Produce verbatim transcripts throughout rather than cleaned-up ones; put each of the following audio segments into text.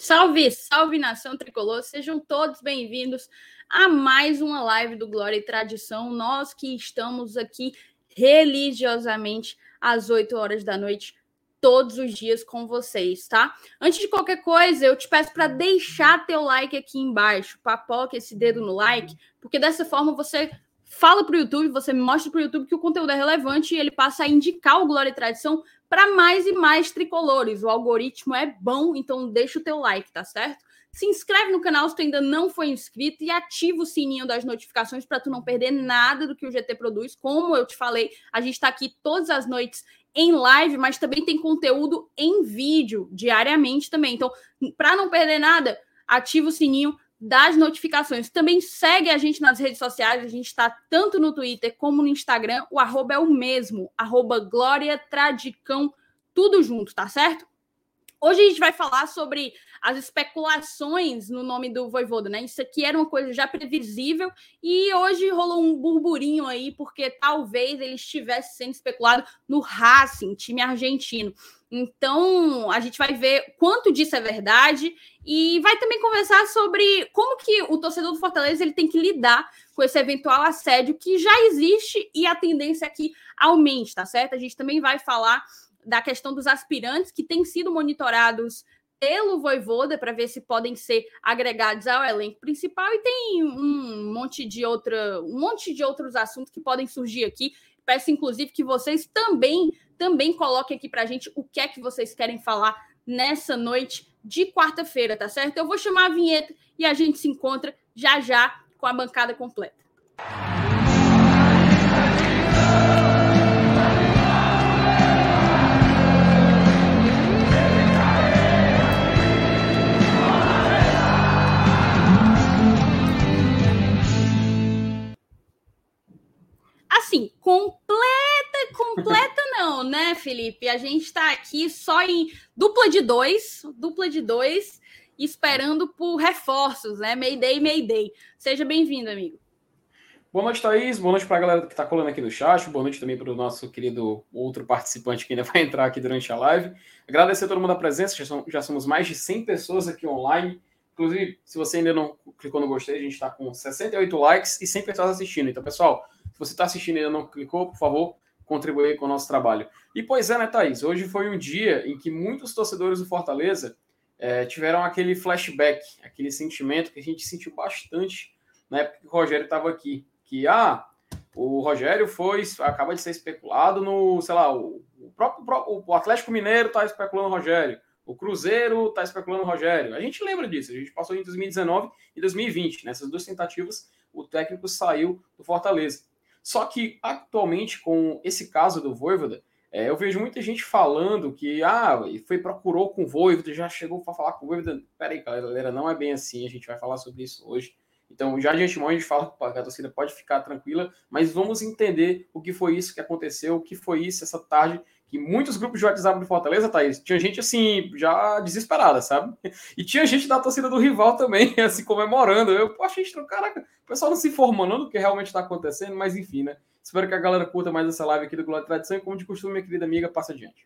Salve, salve nação tricolor, sejam todos bem-vindos a mais uma live do Glória e Tradição. Nós que estamos aqui religiosamente às oito horas da noite, todos os dias com vocês, tá? Antes de qualquer coisa, eu te peço para deixar teu like aqui embaixo, papoca esse dedo no like, porque dessa forma você fala pro YouTube, você mostra pro YouTube que o conteúdo é relevante e ele passa a indicar o Glória e Tradição para mais e mais tricolores. O algoritmo é bom, então deixa o teu like, tá certo? Se inscreve no canal se tu ainda não foi inscrito e ativa o sininho das notificações para tu não perder nada do que o G T produz. Como eu te falei, a gente está aqui todas as noites em live, mas também tem conteúdo em vídeo diariamente também. Então, para não perder nada, ativa o sininho das notificações. Também segue a gente nas redes sociais, a gente está tanto no Twitter como no Instagram, o arroba é o mesmo, arroba Glória Tradicão, tudo junto, tá certo? Hoje a gente vai falar sobre as especulações no nome do Vojvoda, né? Isso aqui era uma coisa já previsível e hoje rolou um burburinho aí, porque talvez ele estivesse sendo especulado no Racing, time argentino. Então, a gente vai ver quanto disso é verdade e vai também conversar sobre como que o torcedor do Fortaleza ele tem que lidar com esse eventual assédio que já existe e a tendência é que aumente, tá certo? A gente também vai falar da questão dos aspirantes que têm sido monitorados pelo Vojvoda para ver se podem ser agregados ao elenco principal e tem um monte de outra, um monte de outros assuntos que podem surgir aqui. Peço, inclusive, que vocês também, também coloquem aqui para a gente o que é que vocês querem falar nessa noite de quarta-feira, tá certo? Eu vou chamar a vinheta e a gente se encontra já já com a bancada completa. Assim, completa, completa não, né, Felipe? A gente está aqui só em dupla de dois, dupla de dois, esperando por reforços, né? Mayday, Mayday. Seja bem-vindo, amigo. Boa noite, Thaís. Boa noite para a galera que está colando aqui no chat. Boa noite também para o nosso querido outro participante que ainda vai entrar aqui durante a live. Agradecer a todo mundo a presença. Já, são, já somos mais de cem pessoas aqui online. Inclusive, se você ainda não clicou no gostei, a gente está com sessenta e oito likes e cem pessoas assistindo. Então, pessoal, se você está assistindo e ainda não clicou, por favor, contribua com o nosso trabalho. E, pois é, né, Thaís? Hoje foi um dia em que muitos torcedores do Fortaleza é, tiveram aquele flashback, aquele sentimento que a gente sentiu bastante na época que o Rogério estava aqui. Que, ah, o Rogério foi, acaba de ser especulado no, sei lá, o, o próprio o Atlético Mineiro está especulando o Rogério, o Cruzeiro está especulando o Rogério. A gente lembra disso, a gente passou em dois mil e dezenove e dois mil e vinte, nessas duas tentativas, o técnico saiu do Fortaleza. Só que, atualmente, com esse caso do Vojvoda, é, eu vejo muita gente falando que, ah, foi, procurou com o Vojvoda, já chegou para falar com o Vojvoda. Peraí, galera, não é bem assim, a gente vai falar sobre isso hoje. Então, já de antemão, a gente fala que a torcida pode ficar tranquila, mas vamos entender o que foi isso que aconteceu, o que foi isso essa tarde, que muitos grupos de WhatsApp do Fortaleza, Thaís, tinha gente, assim, já desesperada, sabe? E tinha gente da torcida do rival também, assim, comemorando. Eu achei estranho, caraca, o pessoal não se informando do que realmente está acontecendo, mas enfim, né? Espero que a galera curta mais essa live aqui do Glória e Tradição e, como de costume, minha querida amiga, passa adiante.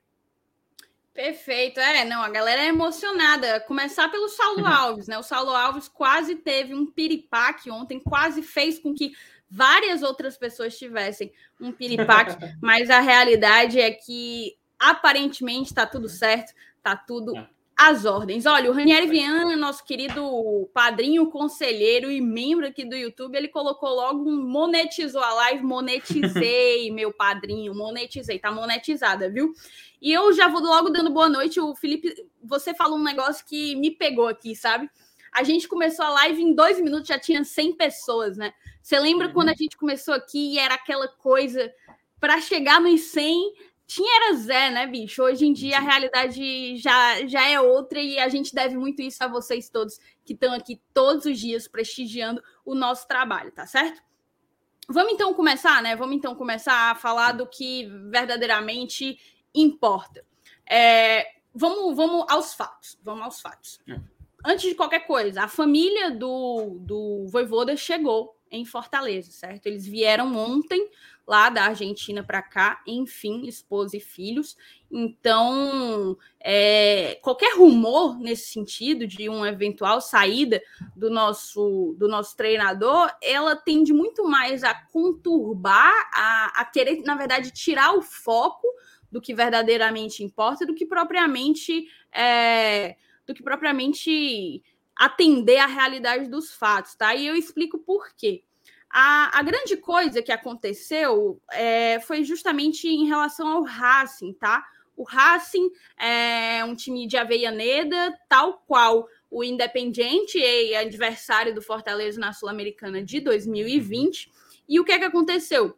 Perfeito, é, não, a galera é emocionada, começar pelo Saulo Alves, né, o Saulo Alves quase teve um piripaque ontem, quase fez com que várias outras pessoas tivessem um piripaque, mas a realidade é que aparentemente tá tudo certo, tá tudo às ordens. Olha, o Ranieri Viana, nosso querido padrinho, conselheiro e membro aqui do YouTube, ele colocou logo um monetizou a live, monetizei, meu padrinho, monetizei, tá monetizada, viu? E eu já vou logo dando boa noite. O Felipe, você falou um negócio que me pegou aqui, sabe? A gente começou a live em dois minutos, já tinha cem pessoas, né? Você lembra uhum. quando a gente começou aqui e era aquela coisa para chegar nos cem, tinha era Zé, né, bicho? Hoje em dia a realidade já, já é outra e a gente deve muito isso a vocês todos que estão aqui todos os dias prestigiando o nosso trabalho, tá certo? Vamos então começar, né? Vamos então começar a falar do que verdadeiramente importa. É, vamos, vamos aos fatos. Vamos aos fatos. É. Antes de qualquer coisa, a família do, do Vojvoda chegou em Fortaleza, certo? Eles vieram ontem lá da Argentina para cá, enfim, esposa e filhos. Então, é, qualquer rumor nesse sentido de uma eventual saída do nosso, do nosso treinador, ela tende muito mais a conturbar, a, a querer, na verdade, tirar o foco do que verdadeiramente importa, do que propriamente, é, do que propriamente atender à realidade dos fatos, tá? E eu explico por quê. A, a grande coisa que aconteceu é, foi justamente em relação ao Racing, tá? O Racing é um time de Avejaneda, tal qual o Independiente, e adversário do Fortaleza na Sul-Americana de dois mil e vinte. E o que é que aconteceu?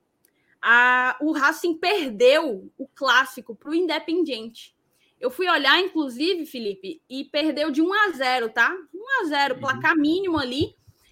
A, o Racing perdeu o clássico para o Independiente. Eu fui olhar, inclusive, Felipe, e perdeu de um a zero, tá? um a zero, uhum. Placar mínimo ali.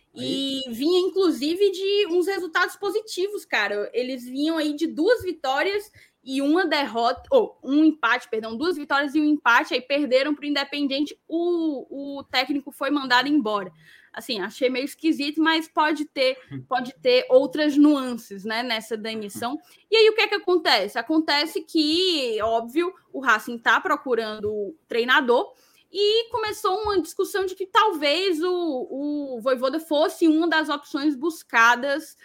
E aí vinha, inclusive, de uns resultados positivos, cara. Eles vinham aí de duas vitórias e uma derrota, ou um empate, perdão, duas vitórias e um empate, aí perderam para o Independiente, o, o técnico foi mandado embora. Assim, achei meio esquisito, mas pode ter, pode ter outras nuances, né, nessa demissão. E aí, o que é que acontece? Acontece que, óbvio, o Racing está procurando o treinador, e começou uma discussão de que talvez o, o Vojvoda fosse uma das opções buscadas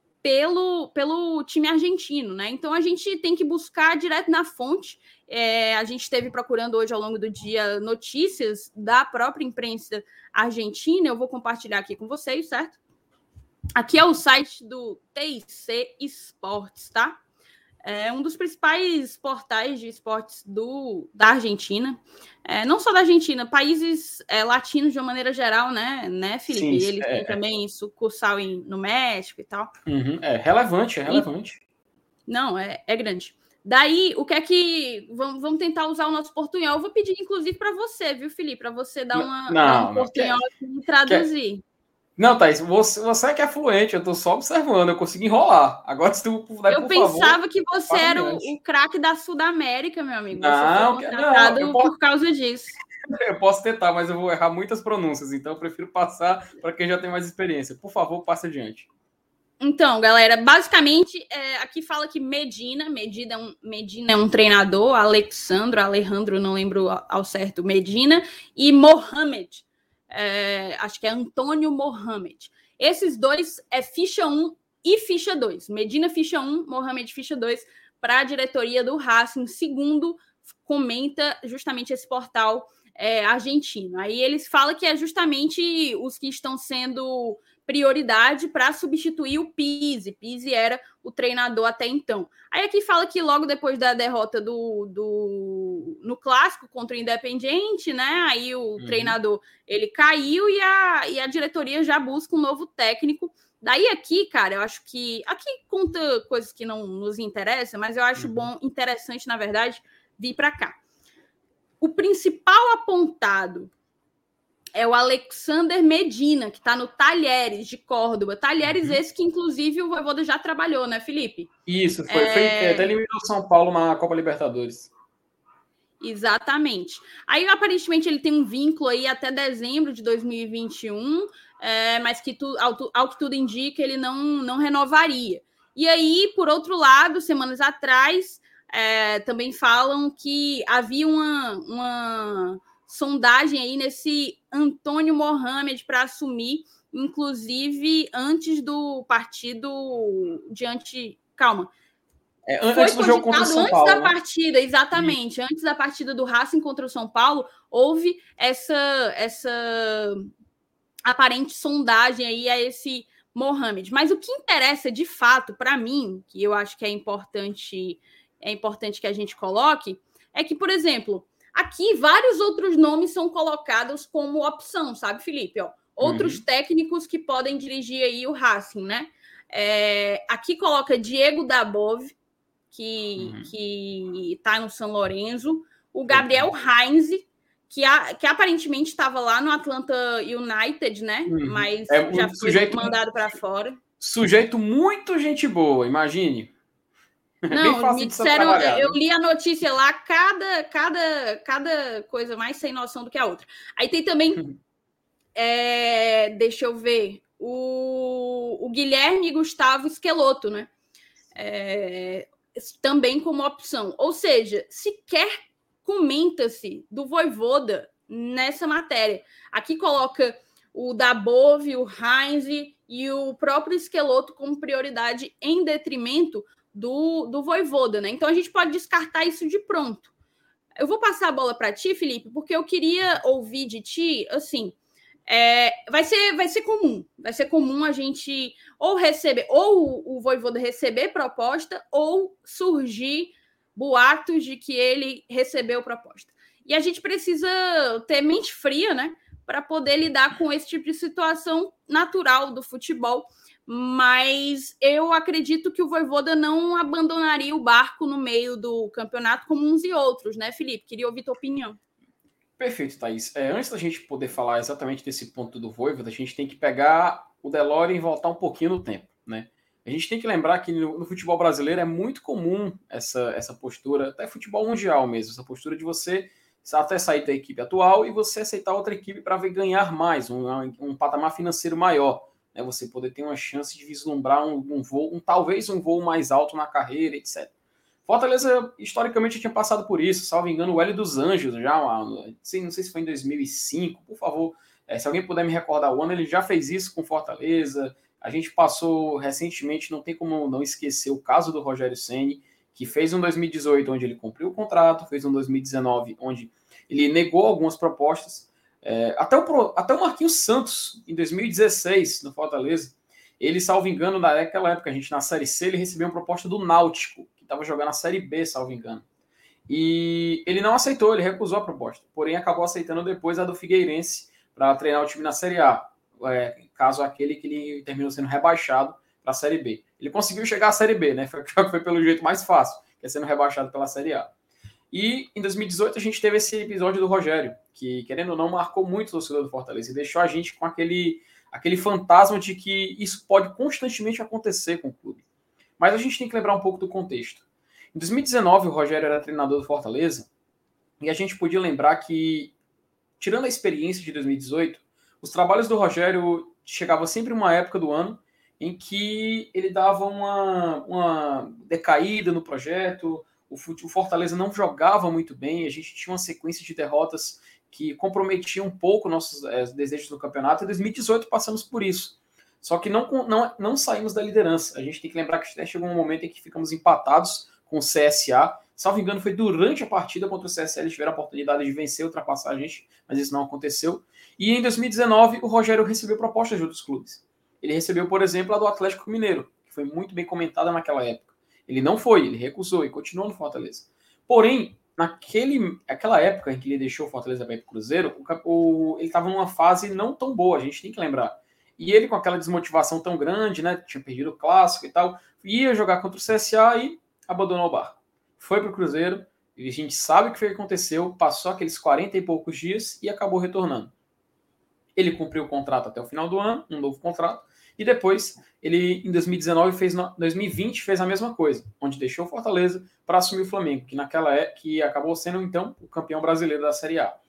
pelo, pelo time argentino, né? Então a gente tem que buscar direto na fonte. É, a gente esteve procurando hoje ao longo do dia notícias da própria imprensa argentina. Eu vou compartilhar aqui com vocês, certo? Aqui é o site do T I C Esportes, tá? É um dos principais portais de esportes do, da Argentina. É, não só da Argentina, países é, latinos de uma maneira geral, né, né Felipe? Sim, Eles é, têm também sucursal em, no México e tal. Uhum, é relevante, é relevante. E, não, é, é grande. Daí, o que é que... Vamos, vamos tentar usar o nosso portunhol. Eu vou pedir, inclusive, para você, viu, Felipe? Para você dar, uma, não, dar um não, portunhol quer, e traduzir. Quer... Não, Thaís, você, você é que é fluente, eu tô só observando, eu consegui enrolar. Agora, se tu puder, eu por pensava favor, que você era o, o craque da Sudamérica, meu amigo. Você não, foi não, contratado eu posso, por causa disso. Eu posso tentar, mas eu vou errar muitas pronúncias, então eu prefiro passar para quem já tem mais experiência. Por favor, passe adiante. Então, galera, basicamente, é, aqui fala que Medina, Medina é, um, Medina é um treinador, Alexandro, Alejandro, não lembro ao certo, Medina, e Mohamed, é, acho que é Antônio Mohamed. Esses dois é ficha um e ficha dois. Medina ficha um, Mohamed ficha dois, para a diretoria do Racing, segundo comenta justamente esse portal é, argentino. Aí eles falam que é justamente os que estão sendo prioridade para substituir o Pizzi. Pizzi era o treinador até então. Aí aqui fala que logo depois da derrota do, do no clássico contra o Independiente, né? Aí o uhum. treinador ele caiu e a, e a diretoria já busca um novo técnico. Daí aqui, cara, eu acho que aqui conta coisas que não nos interessam, mas eu acho uhum. bom, interessante, na verdade, vir para cá. O principal apontado é o Alexander Medina, que está no Talheres de Córdoba. Talheres uhum. esse que, inclusive, o Vojvoda já trabalhou, né, Felipe? Isso, foi, é... foi até eliminou São Paulo na Copa Libertadores. Exatamente. Aí, aparentemente, ele tem um vínculo aí até dezembro de dois mil e vinte e um, é, mas que tu, ao, ao que tudo indica, ele não, não renovaria. E aí, por outro lado, semanas atrás, é, também falam que havia uma... uma sondagem aí nesse Antônio Mohamed para assumir, inclusive antes do partido diante... Calma. É, antes do jogo contra o São antes Paulo, da né? partida, exatamente. E... Antes da partida do Racing contra o São Paulo, houve essa, essa aparente sondagem aí a esse Mohamed. Mas o que interessa de fato para mim, que eu acho que é importante, é importante que a gente coloque, é que, por exemplo, aqui, vários outros nomes são colocados como opção, sabe, Felipe? Ó, outros uhum. técnicos que podem dirigir aí o Racing, né? É, aqui coloca Diego Dabov, que, uhum. que tá no São Lourenço. O Gabriel Heinz, que, a, que aparentemente estava lá no Atlanta United, né? Uhum. Mas é, já foi sujeito, mandado para fora. Sujeito muito gente boa, imagine. Não, me disseram, eu li a notícia lá, cada, cada, cada coisa mais sem noção do que a outra. Aí tem também, é, deixa eu ver, o, o Guilherme Gustavo Esqueloto, né? É, também como opção. Ou seja, sequer comenta-se do Vojvoda nessa matéria. Aqui coloca o Dabov, o Heinz e o próprio Schelotto como prioridade em detrimento do, do Vojvoda, né? Então a gente pode descartar isso de pronto. Eu vou passar a bola para ti, Felipe, porque eu queria ouvir de ti, assim, é, vai, ser, vai ser comum, vai ser comum a gente ou receber, ou o, o Vojvoda receber proposta, ou surgir boatos de que ele recebeu proposta. E a gente precisa ter mente fria, né, para poder lidar com esse tipo de situação natural do futebol. Mas eu acredito que o Vojvoda não abandonaria o barco no meio do campeonato como uns e outros, né, Felipe? Queria ouvir tua opinião. Perfeito, Thaís. É, antes da gente poder falar exatamente desse ponto do Vojvoda, a gente tem que pegar o DeLorean e voltar um pouquinho no tempo, né? A gente tem que lembrar que no, no futebol brasileiro é muito comum essa, essa postura, até futebol mundial mesmo, essa postura de você até sair da equipe atual e você aceitar outra equipe para ganhar mais, um, um patamar financeiro maior, né? Você poder ter uma chance de vislumbrar um, um voo, um, talvez um voo mais alto na carreira, etcétera. Fortaleza, historicamente, tinha passado por isso, salvo engano, o Hélio dos Anjos, já, não sei, não sei se foi em dois mil e cinco, por favor, é, se alguém puder me recordar o ano, ele já fez isso com Fortaleza. A gente passou recentemente, não tem como não esquecer o caso do Rogério Ceni, que fez um dois mil e dezoito onde ele cumpriu o contrato, fez um dois mil e dezenove onde ele negou algumas propostas, é, até, o, até o Marquinhos Santos, em dois mil e dezesseis, no Fortaleza, ele, salvo engano, naquela época, a gente na Série C, ele recebeu uma proposta do Náutico, que estava jogando a Série B, salvo engano. E ele não aceitou, ele recusou a proposta, porém acabou aceitando depois a do Figueirense para treinar o time na Série A, é, caso aquele que ele terminou sendo rebaixado para a Série B. Ele conseguiu chegar à Série B, né? Foi, foi pelo jeito mais fácil, que é sendo rebaixado pela Série A. E em dois mil e dezoito a gente teve esse episódio do Rogério, que, querendo ou não, marcou muito o torcedor do Fortaleza e deixou a gente com aquele, aquele fantasma de que isso pode constantemente acontecer com o clube. Mas a gente tem que lembrar um pouco do contexto. Em dois mil e dezenove, o Rogério era treinador do Fortaleza, e a gente podia lembrar que, tirando a experiência de dois mil e dezoito, os trabalhos do Rogério chegavam sempre em uma época do ano em que ele dava uma, uma decaída no projeto, o Fortaleza não jogava muito bem, a gente tinha uma sequência de derrotas que comprometiam um pouco nossos é, desejos no campeonato, e em dois mil e dezoito passamos por isso. Só que não, não, não saímos da liderança. A gente tem que lembrar que até chegou um momento em que ficamos empatados com o C S A. Salvo engano, foi durante a partida contra o C S A, eles tiveram a oportunidade de vencer, ultrapassar a gente, mas isso não aconteceu. E em dois mil e dezenove, o Rogério recebeu propostas de outros clubes. Ele recebeu, por exemplo, a do Atlético Mineiro, que foi muito bem comentada naquela época. Ele não foi, ele recusou e continuou no Fortaleza. Porém, naquele, naquela época em que ele deixou o Fortaleza para ir para o Cruzeiro, o, ele estava numa fase não tão boa, a gente tem que lembrar. E ele, com aquela desmotivação tão grande, né, tinha perdido o clássico e tal, ia jogar contra o C S A e abandonou o barco. Foi para o Cruzeiro, e a gente sabe o que foi que aconteceu, passou aqueles quarenta e poucos dias e acabou retornando. Ele cumpriu o contrato até o final do ano, um novo contrato, e depois ele, em dois mil e dezenove, fez, dois mil e vinte, fez a mesma coisa, onde deixou o Fortaleza para assumir o Flamengo, que naquela é que acabou sendo, então, o campeão brasileiro da Série A.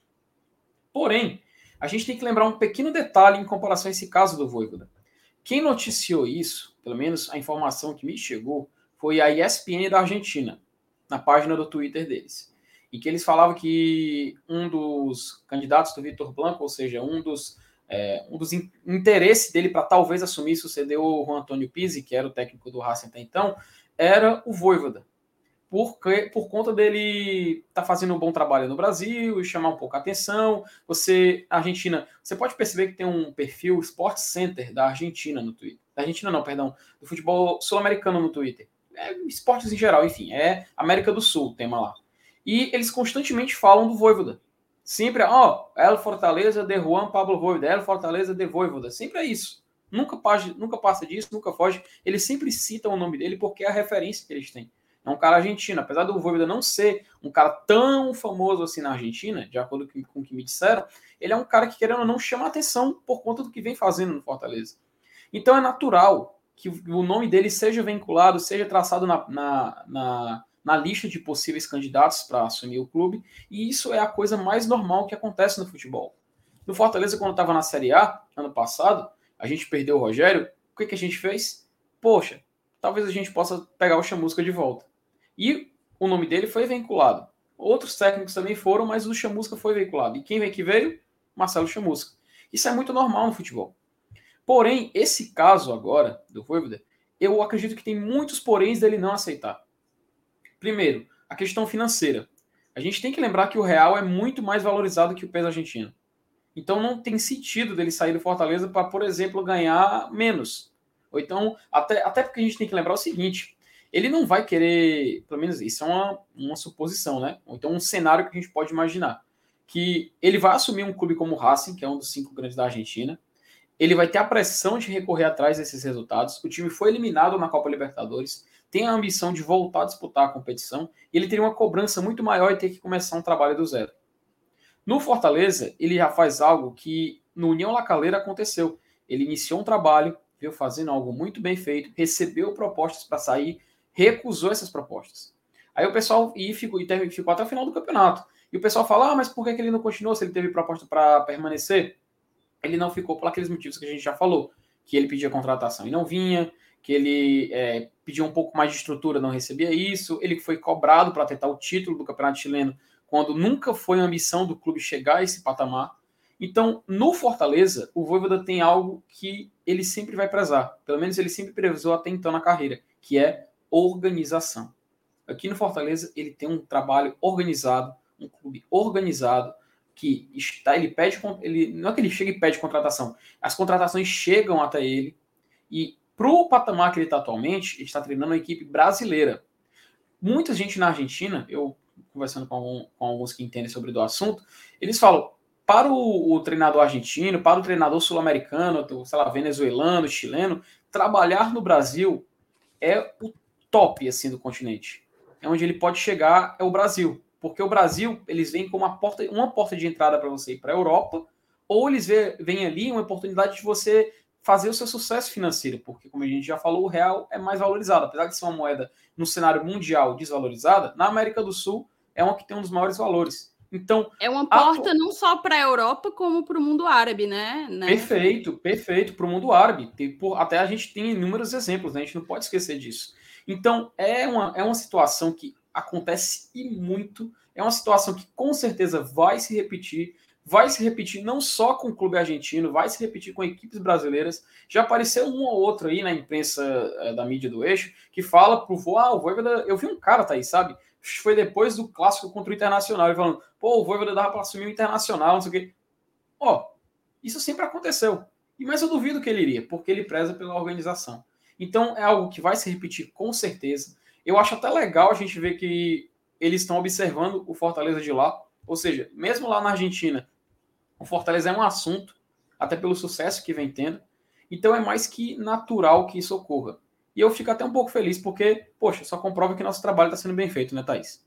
Porém, a gente tem que lembrar um pequeno detalhe em comparação a esse caso do Vojvoda. Quem noticiou isso, pelo menos a informação que me chegou, foi a E S P N da Argentina, na página do Twitter deles. E que eles falavam que um dos candidatos do Vitor Blanco, ou seja, um dos, é, um dos in- interesses dele para talvez assumir, sucedeu o Juan Antônio Pizzi, que era o técnico do Racing até então, era o Vojvoda. Porque, por conta dele estar tá fazendo um bom trabalho no Brasil e chamar um pouco a atenção. Você, a Argentina, você pode perceber que tem um perfil Sport Center da Argentina no Twitter. Da Argentina não, perdão, do futebol sul-americano no Twitter. É, esportes em geral, enfim, é América do Sul o tema lá. E eles constantemente falam do Vojvoda. Sempre, ó, oh, El Fortaleza de Juan Pablo Vojvoda, El Fortaleza de Vojvoda. Sempre é isso. Nunca passa, nunca passa disso, nunca foge. Eles sempre citam o nome dele porque é a referência que eles têm. É um cara argentino. Apesar do Vojvoda não ser um cara tão famoso assim na Argentina, de acordo com o que me disseram, ele é um cara que, querendo ou não, chama atenção por conta do que vem fazendo no Fortaleza. Então é natural que o nome dele seja vinculado, seja traçado na, na, na, na lista de possíveis candidatos para assumir o clube, e isso é a coisa mais normal que acontece no futebol. No Fortaleza, quando estava na Série A, ano passado, a gente perdeu o Rogério, o que, que a gente fez? Poxa, talvez a gente possa pegar o Chamusca de volta. E o nome dele foi vinculado. Outros técnicos também foram, mas o Chamusca foi veiculado. E quem vem que veio? Marcelo Chamusca. Isso é muito normal no futebol. Porém, esse caso agora do Vojvoda, eu acredito que tem muitos poréns dele não aceitar. Primeiro, a questão financeira. A gente tem que lembrar que o real é muito mais valorizado que o peso argentino. Então não tem sentido dele sair do Fortaleza para, por exemplo, ganhar menos. Ou então, até, até porque a gente tem que lembrar o seguinte, ele não vai querer, pelo menos isso é uma, uma suposição, né? Ou então um cenário que a gente pode imaginar, que ele vai assumir um clube como o Racing, que é um dos cinco grandes da Argentina, ele vai ter a pressão de recorrer atrás desses resultados, o time foi eliminado na Copa Libertadores, tem a ambição de voltar a disputar a competição, e ele teria uma cobrança muito maior e ter que começar um trabalho do zero. No Fortaleza, ele já faz algo que no União La Calera aconteceu. Ele iniciou um trabalho, veio fazendo algo muito bem feito, recebeu propostas para sair, recusou essas propostas. Aí o pessoal e ficou, e ficou até o final do campeonato. E o pessoal fala, ah, mas por que ele não continuou se ele teve proposta para permanecer? Ele não ficou por aqueles motivos que a gente já falou, que ele pedia contratação e não vinha, que ele é, pedia um pouco mais de estrutura, não recebia isso, ele foi cobrado para tentar o título do campeonato chileno, quando nunca foi a ambição do clube chegar a esse patamar. Então, no Fortaleza, o Vojvoda tem algo que ele sempre vai prezar, pelo menos ele sempre prezou até então na carreira, que é organização. Aqui no Fortaleza, ele tem um trabalho organizado, um clube organizado, que está, ele pede, ele, não é que ele chega e pede contratação, as contratações chegam até ele, e para o patamar que ele está atualmente, ele está treinando uma equipe brasileira. Muita gente na Argentina, eu conversando com, algum, com alguns que entendem sobre o assunto, eles falam, para o, o treinador argentino, para o treinador sul-americano, sei lá, venezuelano, chileno, trabalhar no Brasil é o top assim, do continente. É onde ele pode chegar, é o Brasil. Porque o Brasil, eles vêm como uma porta, uma porta de entrada para você ir para a Europa, ou eles veem ali uma oportunidade de você fazer o seu sucesso financeiro, porque, como a gente já falou, o real é mais valorizado. Apesar de ser uma moeda no cenário mundial desvalorizada, na América do Sul é uma que tem um dos maiores valores. Então, é uma porta a... não só para a Europa, como para o mundo árabe, né? né? Perfeito, perfeito, para o mundo árabe. Até a gente tem inúmeros exemplos, né? A gente não pode esquecer disso. Então, é uma, é uma situação que acontece e muito, é uma situação que com certeza vai se repetir, vai se repetir não só com o clube argentino, vai se repetir com equipes brasileiras. Já apareceu um ou outro aí na imprensa é, da mídia do eixo que fala pro vô, ah, o Vojvoda, eu vi um cara, tá aí, sabe? Foi depois do clássico contra o Internacional, ele falando, pô, o Vojvoda dava para assumir o Internacional, não sei o quê. Ó, isso sempre aconteceu. Mas eu duvido que ele iria, porque ele preza pela organização. Então é algo que vai se repetir com certeza. Eu acho até legal a gente ver que eles estão observando o Fortaleza de lá. Ou seja, mesmo lá na Argentina, o Fortaleza é um assunto, até pelo sucesso que vem tendo. Então é mais que natural que isso ocorra. E eu fico até um pouco feliz, porque, poxa, só comprova que nosso trabalho está sendo bem feito, né, Thaís?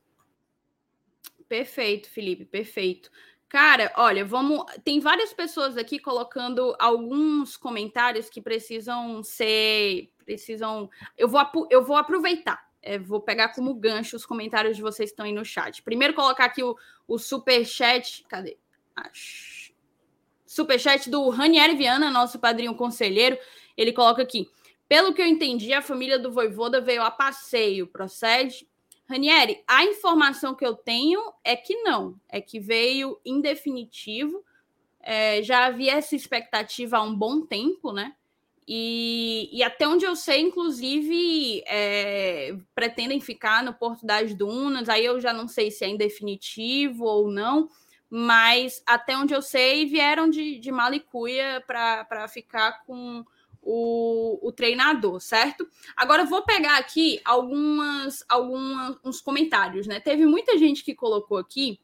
Perfeito, Felipe, perfeito. Cara, olha, vamos. Tem várias pessoas aqui colocando alguns comentários que precisam ser. Precisam. Eu vou, eu vou aproveitar. É, vou pegar como gancho os comentários de vocês que estão aí no chat. Primeiro, colocar aqui o, o superchat. Cadê? Acho. Superchat do Ranieri Viana, nosso padrinho conselheiro. Ele coloca aqui. Pelo que eu entendi, a família do Vojvoda veio a passeio. Procede? Ranieri, a informação que eu tenho é que não, é que veio em definitivo, é, já havia essa expectativa há um bom tempo, né? E, e até onde eu sei, inclusive, é, pretendem ficar no Porto das Dunas, aí eu já não sei se é em definitivo ou não, mas até onde eu sei, vieram de, de Malicuia para ficar com O, o treinador, certo? Agora eu vou pegar aqui algumas, algumas uns comentários, né? Teve muita gente que colocou aqui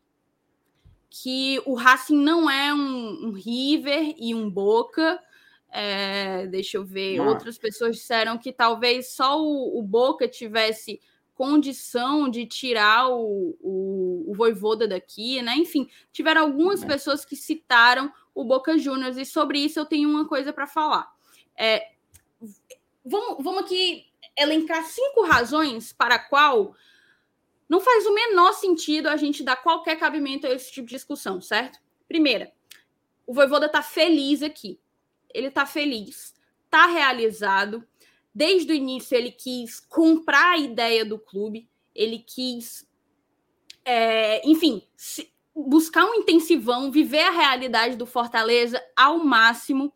que o Racing não é um, um River e um Boca. É, deixa eu ver. Não. Outras pessoas disseram que talvez só o, o Boca tivesse condição de tirar o, o, o Vojvoda daqui, né? Enfim, tiveram algumas pessoas que citaram o Boca Juniors e sobre isso eu tenho uma coisa para falar. É, vamos, vamos aqui elencar cinco razões para a qual não faz o menor sentido a gente dar qualquer cabimento a esse tipo de discussão, certo? Primeira, o Vojvoda está feliz aqui. Ele está feliz, está realizado. Desde o início ele quis comprar a ideia do clube. ele quis, é, enfim, se, buscar um intensivão, viver a realidade do Fortaleza ao máximo.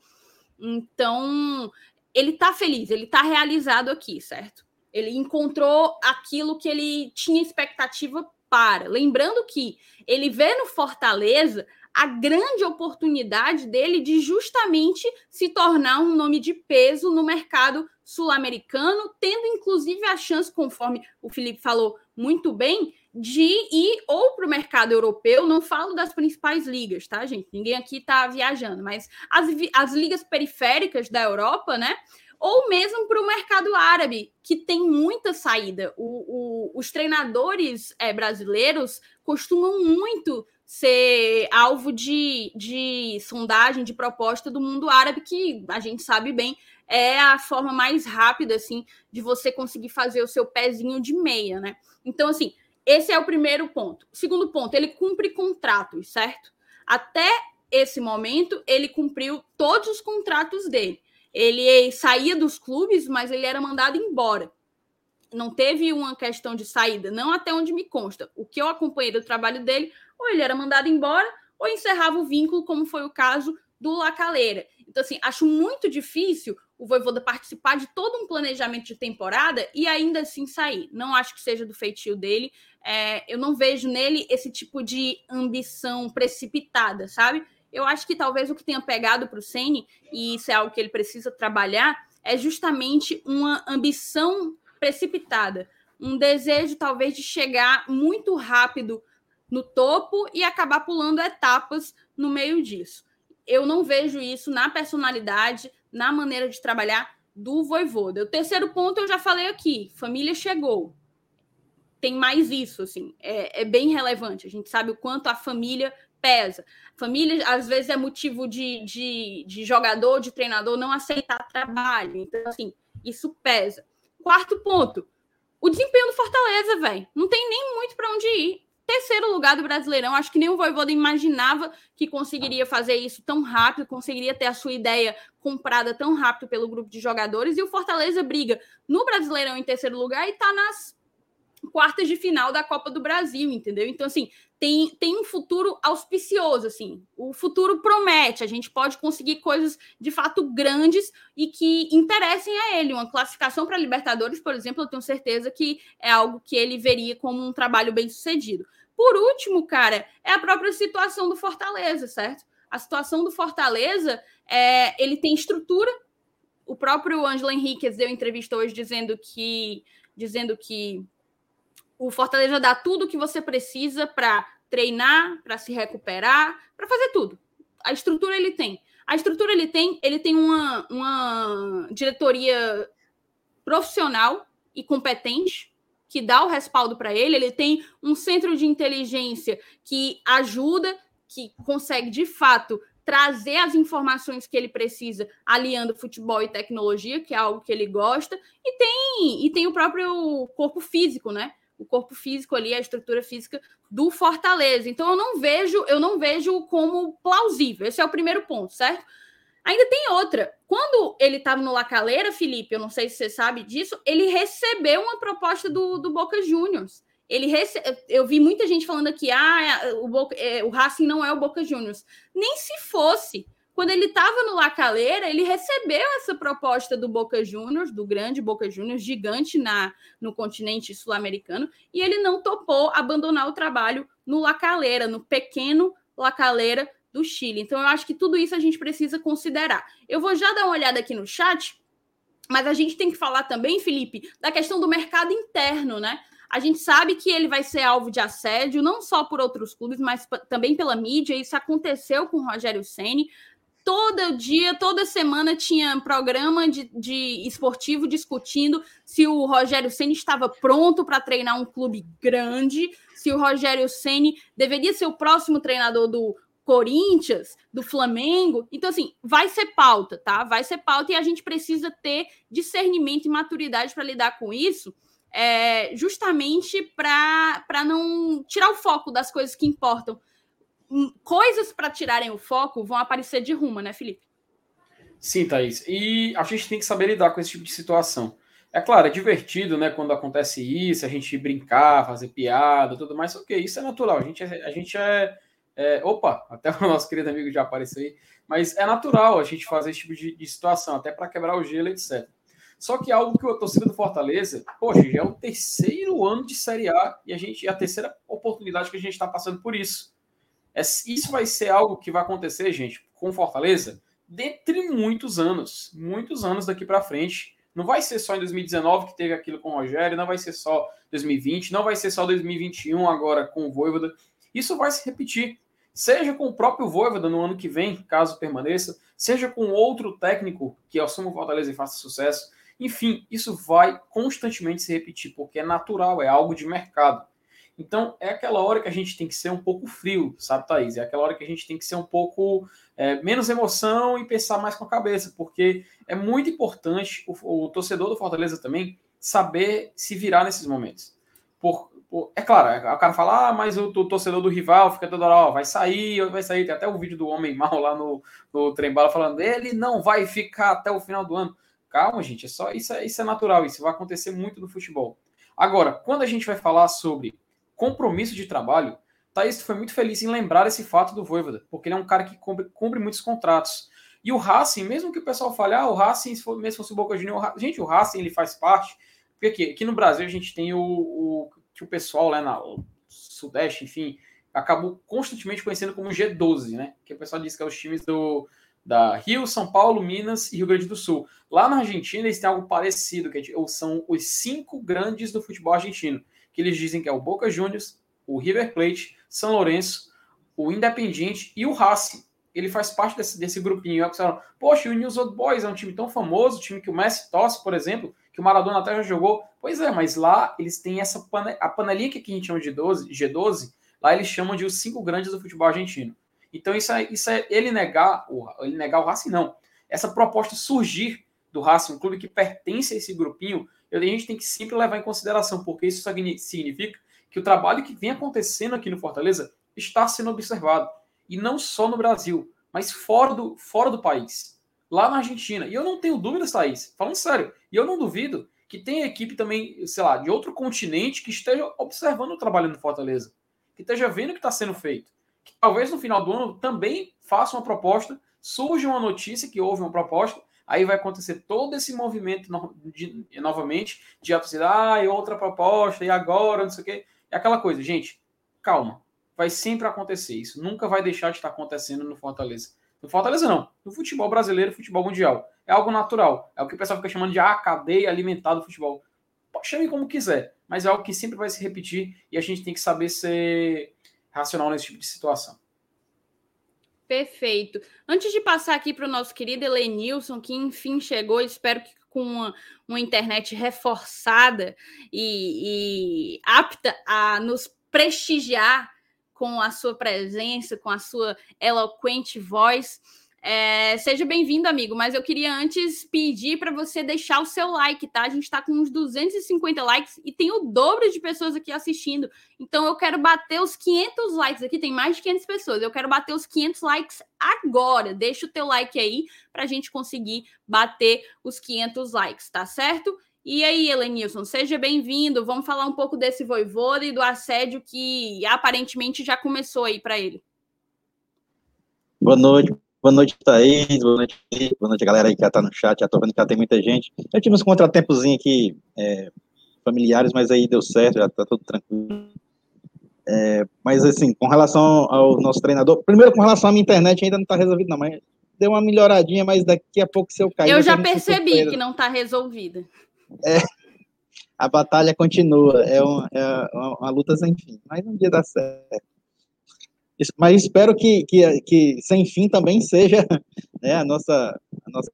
Então, ele está feliz, ele está realizado aqui, certo? Ele encontrou aquilo que ele tinha expectativa para. Lembrando que ele vê no Fortaleza a grande oportunidade dele de justamente se tornar um nome de peso no mercado sul-americano, tendo inclusive a chance, conforme o Felipe falou muito bem, de ir ou para o mercado europeu. Não falo das principais ligas, tá, gente? Ninguém aqui está viajando, mas as, as ligas periféricas da Europa, né? Ou mesmo para o mercado árabe, que tem muita saída. O, o, os treinadores é, brasileiros costumam muito ser alvo de, de sondagem, de proposta do mundo árabe, que a gente sabe bem, é a forma mais rápida, assim, de você conseguir fazer o seu pezinho de meia, né? Então, assim, esse é o primeiro ponto. O segundo ponto, ele cumpre contratos, certo? Até esse momento, ele cumpriu todos os contratos dele. Ele saía dos clubes, mas ele era mandado embora. Não teve uma questão de saída, não até onde me consta. O que eu acompanhei do trabalho dele, ou ele era mandado embora, ou encerrava o vínculo, como foi o caso do Lacaleira. Então, assim, acho muito difícil o Vojvoda participar de todo um planejamento de temporada e ainda assim sair. Não acho que seja do feitio dele. É, eu não vejo nele esse tipo de ambição precipitada, sabe? Eu acho que talvez o que tenha pegado para o Ceni, e isso é algo que ele precisa trabalhar, é justamente uma ambição precipitada, um desejo talvez de chegar muito rápido no topo e acabar pulando etapas no meio disso. Eu não vejo isso na personalidade, na maneira de trabalhar do Vojvoda. O terceiro ponto eu já falei aqui, família chegou. Tem mais isso, assim, é, é bem relevante. A gente sabe o quanto a família pesa. Família, às vezes, é motivo de, de, de jogador, de treinador não aceitar trabalho. Então, assim, isso pesa. Quarto ponto, o desempenho do Fortaleza, velho. Não tem nem muito para onde ir. Terceiro lugar do Brasileirão. Acho que nem o Vojvoda imaginava que conseguiria fazer isso tão rápido, conseguiria ter a sua ideia comprada tão rápido pelo grupo de jogadores. E o Fortaleza briga no Brasileirão em terceiro lugar e está nas quartas de final da Copa do Brasil, entendeu? Então, assim, tem, tem um futuro auspicioso, assim. O futuro promete. A gente pode conseguir coisas, de fato, grandes e que interessem a ele. Uma classificação para a Libertadores, por exemplo, eu tenho certeza que é algo que ele veria como um trabalho bem sucedido. Por último, cara, é a própria situação do Fortaleza, certo? A situação do Fortaleza, é, ele tem estrutura. O próprio Ângelo Henriquez deu entrevista hoje dizendo que, dizendo que o Fortaleza dá tudo o que você precisa para treinar, para se recuperar, para fazer tudo. A estrutura ele tem. A estrutura ele tem, ele tem uma, uma diretoria profissional e competente que dá o respaldo para ele. Ele tem um centro de inteligência que ajuda, que consegue, de fato, trazer as informações que ele precisa, aliando futebol e tecnologia, que é algo que ele gosta. E tem, e tem o próprio corpo físico, né? O corpo físico ali, a estrutura física do Fortaleza. Então, eu não vejo, eu não vejo como plausível. Esse é o primeiro ponto, certo? Ainda tem outra. Quando ele estava no Lacaleira, Felipe, eu não sei se você sabe disso, ele recebeu uma proposta do, do Boca Juniors. Ele rece... Eu vi muita gente falando aqui, ah, o, Boca... o Racing não é o Boca Juniors. Nem se fosse. Quando ele estava no Lacaleira, ele recebeu essa proposta do Boca Juniors, do grande Boca Juniors, gigante na, no continente sul-americano, e ele não topou abandonar o trabalho no Lacaleira, no pequeno Lacaleira do Chile. Então, eu acho que tudo isso a gente precisa considerar. Eu vou já dar uma olhada aqui no chat, mas a gente tem que falar também, Felipe, da questão do mercado interno, né? A gente sabe que ele vai ser alvo de assédio, não só por outros clubes, mas também pela mídia. Isso aconteceu com o Rogério Ceni. Todo dia, toda semana tinha programa de, de esportivo discutindo se o Rogério Ceni estava pronto para treinar um clube grande, se o Rogério Ceni deveria ser o próximo treinador do Corinthians, do Flamengo. Então, assim, vai ser pauta, tá? Vai ser pauta e a gente precisa ter discernimento e maturidade para lidar com isso, é, justamente para não tirar o foco das coisas que importam. Coisas para tirarem o foco vão aparecer de rumo, né, Felipe? Sim, Thaís. E a gente tem que saber lidar com esse tipo de situação. É claro, é divertido, né, quando acontece isso, a gente brincar, fazer piada, tudo mais, ok, isso é natural, a gente é, a gente é, é opa, até o nosso querido amigo já apareceu aí, mas é natural a gente fazer esse tipo de, de situação, até para quebrar o gelo, etcétera. Só que algo que o torcedor do Fortaleza, poxa, já é o terceiro ano de Série A e a gente, é a terceira oportunidade que a gente está passando por isso. É, isso vai ser algo que vai acontecer, gente, com Fortaleza, dentre muitos anos, muitos anos daqui para frente. Não vai ser só em dois mil e dezenove que teve aquilo com o Rogério, não vai ser só dois mil e vinte, não vai ser só dois mil e vinte e um agora com o Vojvoda. Isso vai se repetir, seja com o próprio Vojvoda no ano que vem, caso permaneça, seja com outro técnico que assuma o Fortaleza e faça sucesso. Enfim, isso vai constantemente se repetir, porque é natural, é algo de mercado. Então, é aquela hora que a gente tem que ser um pouco frio, sabe, Thaís? É aquela hora que a gente tem que ser um pouco é, menos emoção e pensar mais com a cabeça, porque é muito importante o, o torcedor do Fortaleza também saber se virar nesses momentos. Por, por, é claro, o cara fala, ah, mas o, o torcedor do rival fica toda hora, ó, vai sair, vai sair. Tem até o vídeo do Homem Mal lá no, no Trem-Bala falando, ele não vai ficar até o final do ano. Calma, gente, é só isso, é, isso é natural, isso vai acontecer muito no futebol. Agora, quando a gente vai falar sobre compromisso de trabalho, Thaís foi muito feliz em lembrar esse fato do Vojvoda, porque ele é um cara que cumpre, cumpre muitos contratos. E o Racing, mesmo que o pessoal fale, ah, o Racing, se for, mesmo se fosse o Boca Juniors, o gente, o Racing, ele faz parte, porque aqui, aqui no Brasil a gente tem o, o que o pessoal lá na o Sudeste, enfim, acabou constantemente conhecendo como G doze, né? Que o pessoal diz que é os times do, da Rio, São Paulo, Minas e Rio Grande do Sul. Lá na Argentina eles têm algo parecido, que são os cinco grandes do futebol argentino, que eles dizem que é o Boca Juniors, o River Plate, São Lourenço, o Independiente e o Racing. Ele faz parte desse, desse grupinho. Falam, poxa, o News Old Boys é um time tão famoso, time que o Messi torce, por exemplo, que o Maradona até já jogou. Pois é, mas lá eles têm essa pane... a panelinha que aqui a gente chama de doze, G doze, lá eles chamam de os cinco grandes do futebol argentino. Então isso é, isso é ele negar o, ele negar o Racing, não. Essa proposta surgir do Racing, um clube que pertence a esse grupinho, a gente tem que sempre levar em consideração, porque isso significa que o trabalho que vem acontecendo aqui no Fortaleza está sendo observado. E não só no Brasil, mas fora do, fora do país. Lá na Argentina. E eu não tenho dúvidas, Thaís, falando sério, e eu não duvido que tenha equipe também, sei lá, de outro continente que esteja observando o trabalho no Fortaleza, que esteja vendo o que está sendo feito. Que talvez no final do ano também faça uma proposta, surja uma notícia que houve uma proposta, aí vai acontecer todo esse movimento no, de, novamente de a torcida, ah, e outra proposta, e agora, não sei o quê. É aquela coisa, gente, calma. Vai sempre acontecer isso. Nunca vai deixar de estar acontecendo no Fortaleza. No Fortaleza, não. No futebol brasileiro, futebol mundial. É algo natural. É o que o pessoal fica chamando de a cadeia alimentar do futebol. Chame como quiser, mas é algo que sempre vai se repetir e a gente tem que saber ser racional nesse tipo de situação. Perfeito. Antes de passar aqui para o nosso querido Elenilson, que enfim chegou, espero que com uma, uma internet reforçada e, e apta a nos prestigiar com a sua presença, com a sua eloquente voz. É, seja bem-vindo, amigo, mas eu queria antes pedir para você deixar o seu like, tá? A gente está com uns duzentos e cinquenta likes e tem o dobro de pessoas aqui assistindo. Então eu quero bater os quinhentos likes aqui, tem mais de quinhentas pessoas. Eu quero bater os quinhentos likes agora. Deixa o teu like aí para a gente conseguir bater os quinhentos likes, tá certo? E aí, Elenilson, seja bem-vindo. Vamos falar um pouco desse Vojvoda e do assédio que aparentemente já começou aí para ele. Boa noite. Boa noite, Thaís. Boa noite, boa noite, galera aí que já tá no chat. Já tô vendo que já tem muita gente. Eu tive uns contratempozinhos aqui, é, familiares, mas aí deu certo, já tá tudo tranquilo. É, mas, assim, com relação ao nosso treinador, primeiro, com relação à minha internet, ainda não tá resolvido, não, mas deu uma melhoradinha, mas daqui a pouco, se eu cair... Eu já percebi que não tá resolvida. É, a batalha continua, é uma, é uma, uma luta sem fim, mas um dia dá certo. Mas espero que, que, que sem fim também seja, né, a nossa, a nossa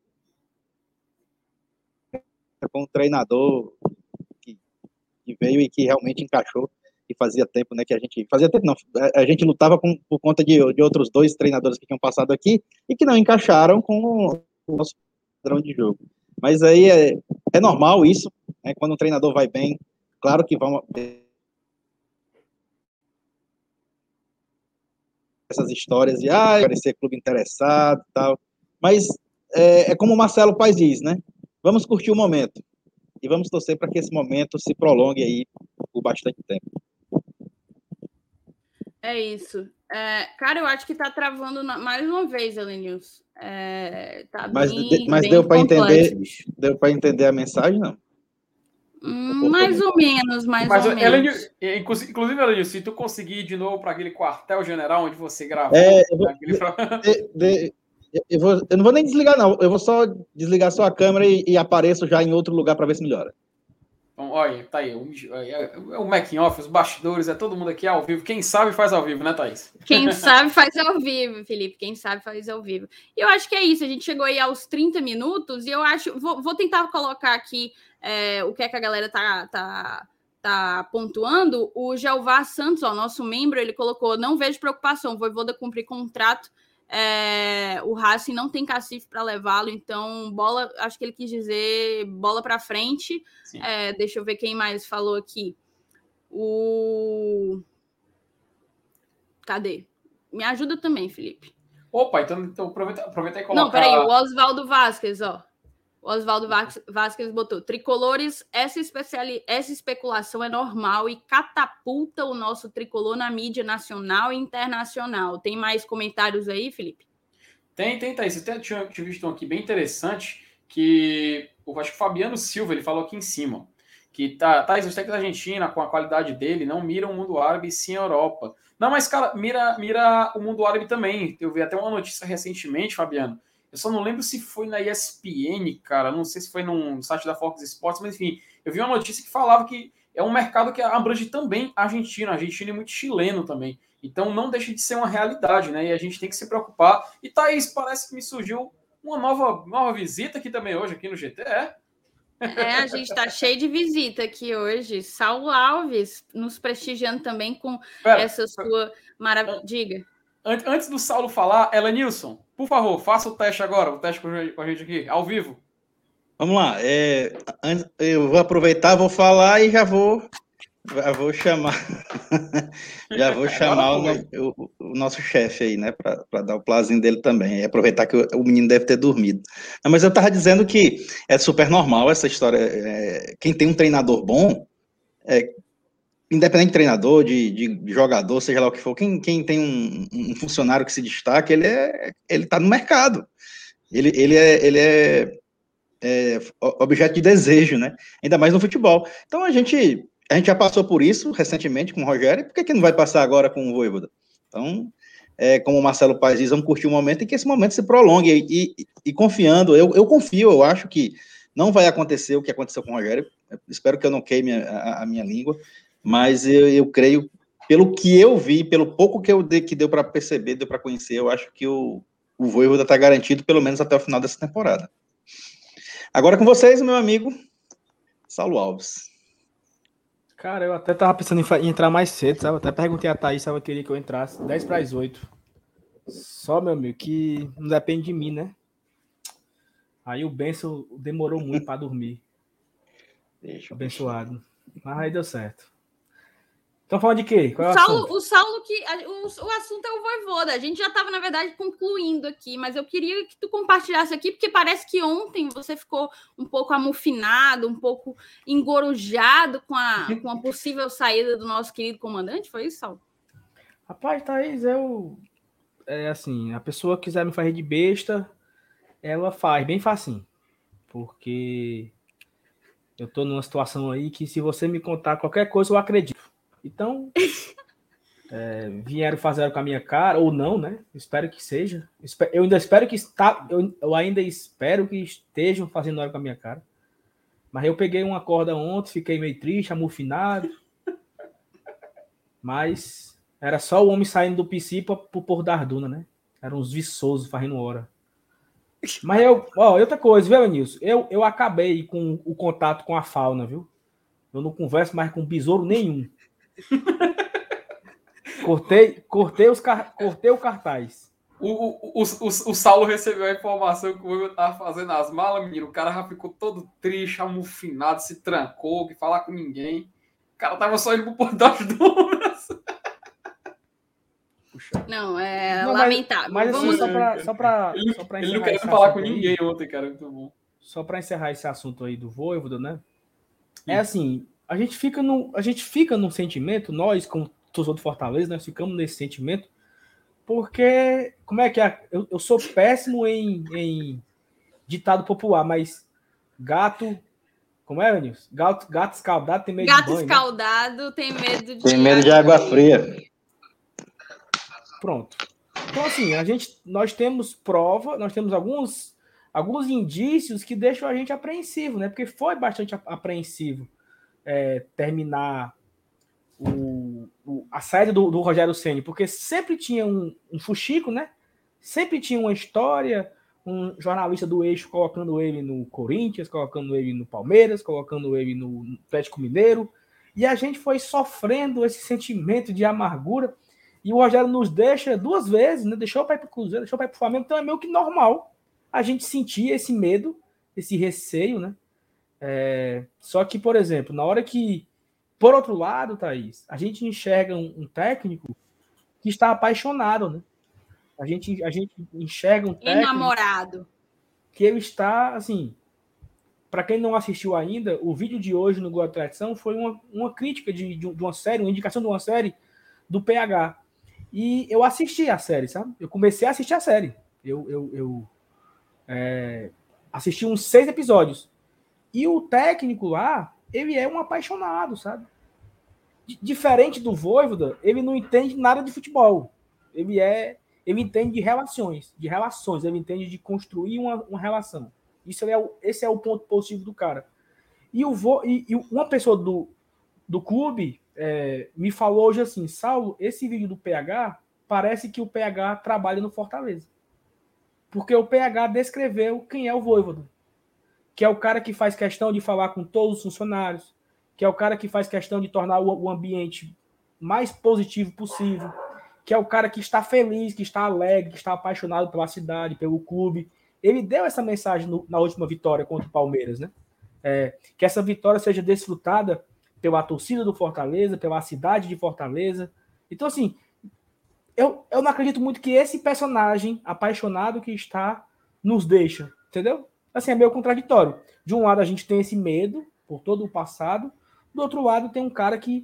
com um treinador que, que veio e que realmente encaixou, e fazia tempo, né, que a gente, fazia tempo não, a, a gente lutava com, por conta de, de outros dois treinadores que tinham passado aqui, e que não encaixaram com o nosso padrão de jogo. Mas aí é, é normal isso, né, quando um treinador vai bem, claro que vão... essas histórias de, ah, parecer clube interessado e tal, mas é, é como o Marcelo Paes diz, né, vamos curtir o momento, e vamos torcer para que esse momento se prolongue aí por bastante tempo. É isso. É, cara, eu acho que tá travando na, mais uma vez, Elenilson. É, tá mas bem, mas bem deu para entender, bicho. deu para entender a mensagem, não? Hum, mais ou menos, mais Mas, ou Ellen, menos. inclusive, Ellen, se tu conseguir ir de novo para aquele quartel-general onde você gravou... É, eu, vou, aquele... de, de, eu, vou, eu não vou nem desligar, não. Eu vou só desligar só a câmera e, e apareço já em outro lugar para ver se melhora. Então, olha, tá aí. O, é, o making off, os bastidores, é todo mundo aqui ao vivo. Quem sabe faz ao vivo, né, Thaís? Quem sabe faz ao vivo, Felipe. Quem sabe faz ao vivo. E eu acho que é isso. A gente chegou aí aos trinta minutos e eu acho... Vou, vou tentar colocar aqui é, o que é que a galera tá... tá... tá pontuando. O Jeová Santos, ó, nosso membro, ele colocou: não vejo preocupação, o Voivoda cumprir contrato, é, o Racing não tem cacife para levá-lo, então bola, acho que ele quis dizer bola para frente. É, deixa eu ver quem mais falou aqui. O cadê? Me ajuda também, Felipe. Opa, então, então aproveita, aproveita e coloca... Não, peraí, o Oswaldo Vasquez, ó. O Oswaldo Vasquez botou: tricolores, essa, especiali... essa especulação é normal e catapulta o nosso tricolor na mídia nacional e internacional. Tem mais comentários aí, Felipe? Tem, tem, Thaís. Até tinha, tinha visto um aqui bem interessante, que eu acho que o Fabiano Silva, ele falou aqui em cima, que tá, Thaís, os técnicos da Argentina, com a qualidade dele, não miram o mundo árabe e sim a Europa. Não, mas, cara, mira, mira o mundo árabe também. Eu vi até uma notícia recentemente, Fabiano. Eu só não lembro se foi na E S P N, cara. Não sei se foi num site da Fox Sports, mas enfim, eu vi uma notícia que falava que é um mercado que abrange também a Argentina. A Argentina é muito chileno também. Então não deixa de ser uma realidade, né? E a gente tem que se preocupar. E Thaís, parece que me surgiu uma nova, nova visita aqui também hoje, aqui no G T, é? É, a gente tá cheio de visita aqui hoje. Saulo Alves nos prestigiando também com Pera, essa sua maravilha. Diga. Antes do Saulo falar, Elenilson, por favor, faça o teste agora, o teste com a gente aqui, ao vivo. Vamos lá. É, eu vou aproveitar, vou falar e já vou, já vou chamar, já vou chamar o, o, o nosso chefe aí, né, para dar o plazinho dele também. E aproveitar que o, o menino deve ter dormido. Não, mas eu estava dizendo que é super normal essa história. É, quem tem um treinador bom, é, independente de treinador, de, de jogador, seja lá o que for, quem, quem tem um, um funcionário que se destaca, ele é, ele está no mercado. Ele, ele é, ele é É, objeto de desejo, né? Ainda mais no futebol. Então a gente, a gente já passou por isso recentemente com o Rogério, por que, que não vai passar agora com o Voivoda? Então, é, como o Marcelo Paes diz, vamos curtir o momento e que esse momento se prolongue e, e, e confiando, eu, eu confio, eu acho que não vai acontecer o que aconteceu com o Rogério, eu espero que eu não queime a, a minha língua, mas eu, eu creio, pelo que eu vi, pelo pouco que, eu de, que deu para perceber, deu para conhecer, eu acho que o, o Voivoda está garantido pelo menos até o final dessa temporada. Agora com vocês, meu amigo Saulo Alves. Cara, eu até tava pensando em, em entrar mais cedo, sabe? Até perguntei a Thaís se ela queria que eu entrasse dez para as oito. Só, meu amigo, que não depende de mim, né? Aí o Benção demorou muito para dormir. Deixa abençoado. Mas aí deu certo. Estão falando de quê? Qual é o, o, Saulo, assunto? o Saulo, que o, o assunto é o Voivoda. A gente já estava, na verdade, concluindo aqui, mas eu queria que tu compartilhasse aqui, porque parece que ontem você ficou um pouco amufinado, um pouco engorujado com a, com a possível saída do nosso querido comandante. Foi isso, Saulo? Rapaz, Thaís, eu... É assim, a pessoa que quiser me fazer de besta, ela faz bem facinho. Porque eu tô numa situação aí que se você me contar qualquer coisa, eu acredito. Então, é, vieram fazer com a minha cara, ou não, né? Espero que seja. Eu ainda espero que está, eu, eu ainda espero que estejam fazendo hora com a minha cara. Mas eu peguei uma corda ontem, fiquei meio triste, amufinado. Mas era só o homem saindo do P C pro Porto da Arduna, né? Eram uns viçosos fazendo hora. Mas eu, ó, outra coisa, viu, Nilson? Eu, eu acabei com o contato com a fauna, viu? Eu não converso mais com besouro nenhum. Cortei, cortei, os, cortei o cartaz. O, o, o, o, o Saulo recebeu a informação que o Will tava fazendo as malas, menino. O cara já ficou todo triste, amufinado, se trancou, que falar com ninguém. O cara tava só indo pro Porto das Dunas. Não, é não, lamentável. Mas, mas assim, só pra, só pra, ele, só pra ele não queria falar com ninguém aí, ontem, cara. Muito bom. Só pra encerrar esse assunto aí do Voivoda, né? é assim, a gente fica no, a gente fica num sentimento, nós, como torcedor do Fortaleza, nós ficamos nesse sentimento, porque, como é que é? Eu, eu sou péssimo em, em ditado popular, mas gato, como é, Nilson? Gato, gato escaldado tem medo gato de banho. Gato escaldado né? tem medo de Tem medo de água fria. Pronto. Então, assim, a gente, nós temos prova, nós temos alguns, alguns indícios que deixam a gente apreensivo, né? Porque foi bastante apreensivo é, terminar o, o, a saída do, do Rogério Ceni, porque sempre tinha um, um fuxico, né? Sempre tinha uma história, um jornalista do Eixo colocando ele no Corinthians, colocando ele no Palmeiras, colocando ele no Atlético Mineiro, e a gente foi sofrendo esse sentimento de amargura. E o Rogério nos deixa duas vezes, né? Deixou para ir para o Cruzeiro, deixou para ir para o Flamengo, então é meio que normal a gente sentir esse medo, esse receio, né? É... Só que, por exemplo, na hora que, por outro lado, Thaís, a gente enxerga um, um técnico que está apaixonado, né? A gente, a gente enxerga um técnico enamorado, que ele está, assim, para quem não assistiu ainda, o vídeo de hoje no Gol da Tradição foi uma, uma crítica de, de uma série, uma indicação de uma série do P H. E eu assisti a série, sabe? Eu comecei a assistir a série. Eu, eu, eu é, assisti uns seis episódios. E o técnico lá, ele é um apaixonado, sabe? D- diferente do Vojvoda, ele não entende nada de futebol. Ele é, ele entende de relações, de relações. Ele entende de construir uma, uma relação. Isso é o, esse é o ponto positivo do cara. E, o Vo, e, e uma pessoa do, do clube é, me falou hoje assim, Saulo, esse vídeo do P H, parece que o P H trabalha no Fortaleza. Porque o P H descreveu quem é o Vojvoda. Que é o cara que faz questão de falar com todos os funcionários, que é o cara que faz questão de tornar o, o ambiente mais positivo possível, que é o cara que está feliz, que está alegre, que está apaixonado pela cidade, pelo clube. Ele deu essa mensagem no, na última vitória contra o Palmeiras, né? É, que essa vitória seja desfrutada pela torcida do Fortaleza, pela cidade de Fortaleza. Então, assim, eu, eu não acredito muito que esse personagem apaixonado que está nos deixa, entendeu? Assim, é meio contraditório. De um lado, a gente tem esse medo por todo o passado, do outro lado, tem um cara que,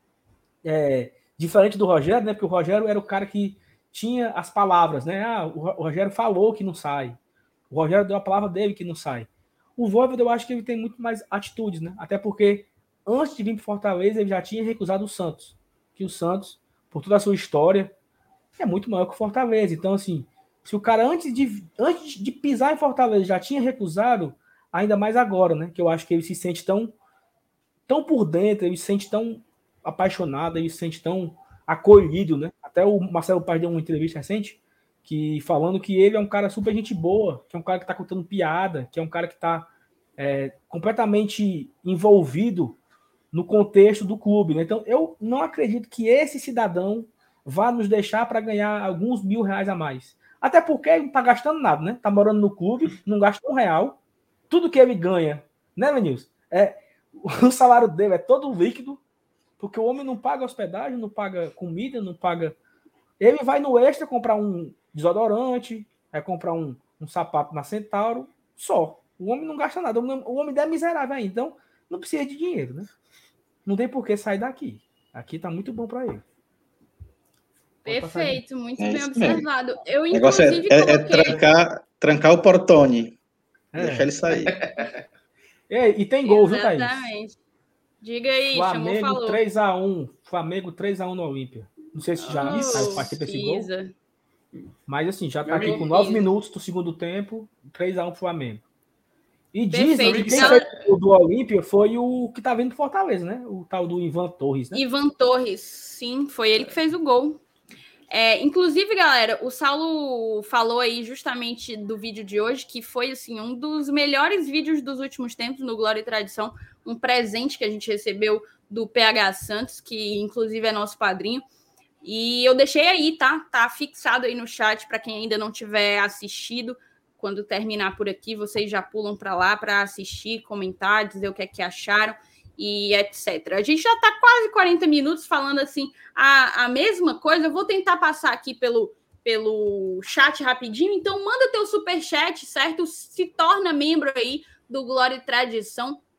é, diferente do Rogério, né? Porque o Rogério era o cara que tinha as palavras, né? Ah, o Rogério falou que não sai. O Rogério deu a palavra dele que não sai. O Vojvoda, eu acho que ele tem muito mais atitudes, né? Até porque, antes de vir para Fortaleza, ele já tinha recusado o Santos. Que o Santos, por toda a sua história, é muito maior que o Fortaleza. Então, assim, se o cara, antes de, antes de pisar em Fortaleza, já tinha recusado, ainda mais agora, né? Que eu acho que ele se sente tão, tão por dentro, ele se sente tão apaixonado, ele se sente tão acolhido, né? Até o Marcelo Paz deu uma entrevista recente, que falando que ele é um cara super gente boa, que é um cara que está contando piada, que é um cara que está é, completamente envolvido no contexto do clube, né? Então, eu não acredito que esse cidadão vá nos deixar para ganhar alguns mil reais a mais. Até porque ele não está gastando nada, né? Está morando no clube, não gasta um real. Tudo que ele ganha, né, Lenilson? É, o salário dele é todo líquido, porque o homem não paga hospedagem, não paga comida, não paga... Ele vai no Extra comprar um desodorante, vai comprar um, um sapato na Centauro, só. O homem não gasta nada. O homem é miserável aí, então não precisa de dinheiro, né? Não tem por que sair daqui. Aqui tá muito bom para ele. Perfeito, muito é bem observado. Mesmo. Eu, o negócio inclusive, é, é, coloquei... é trancar, trancar o portone. É. Deixar ele sair. É, e tem gol, viu, Thaís? Exatamente. Diga aí, Flamengo chamou, falou. três a um. Flamengo três a um no Olímpia. Não sei se já Oh, participa esse gol. Pisa. Mas assim, já tá Meu aqui amigo, com nove Pisa. minutos do segundo tempo, três a um Flamengo. E Perfeito. dizem que quem Então- fez o do Olímpia foi o que tá vindo do Fortaleza, né? O tal do Ivan Torres, né? Ivan Torres, sim, foi ele que fez o gol. É, inclusive, galera, o Saulo falou aí justamente do vídeo de hoje, que foi assim, um dos melhores vídeos dos últimos tempos no Glória e Tradição, um presente que a gente recebeu do P H Santos, que inclusive é nosso padrinho. E eu deixei aí, tá? Tá fixado aí no chat para quem ainda não tiver assistido. Quando terminar por aqui, vocês já pulam para lá para assistir, comentar, dizer o que é que acharam e etcétera. A gente já está quase quarenta minutos falando assim a, a mesma coisa. Eu vou tentar passar aqui pelo, pelo chat rapidinho. Então, manda teu superchat, certo? Se torna membro aí do Glória e Tradição.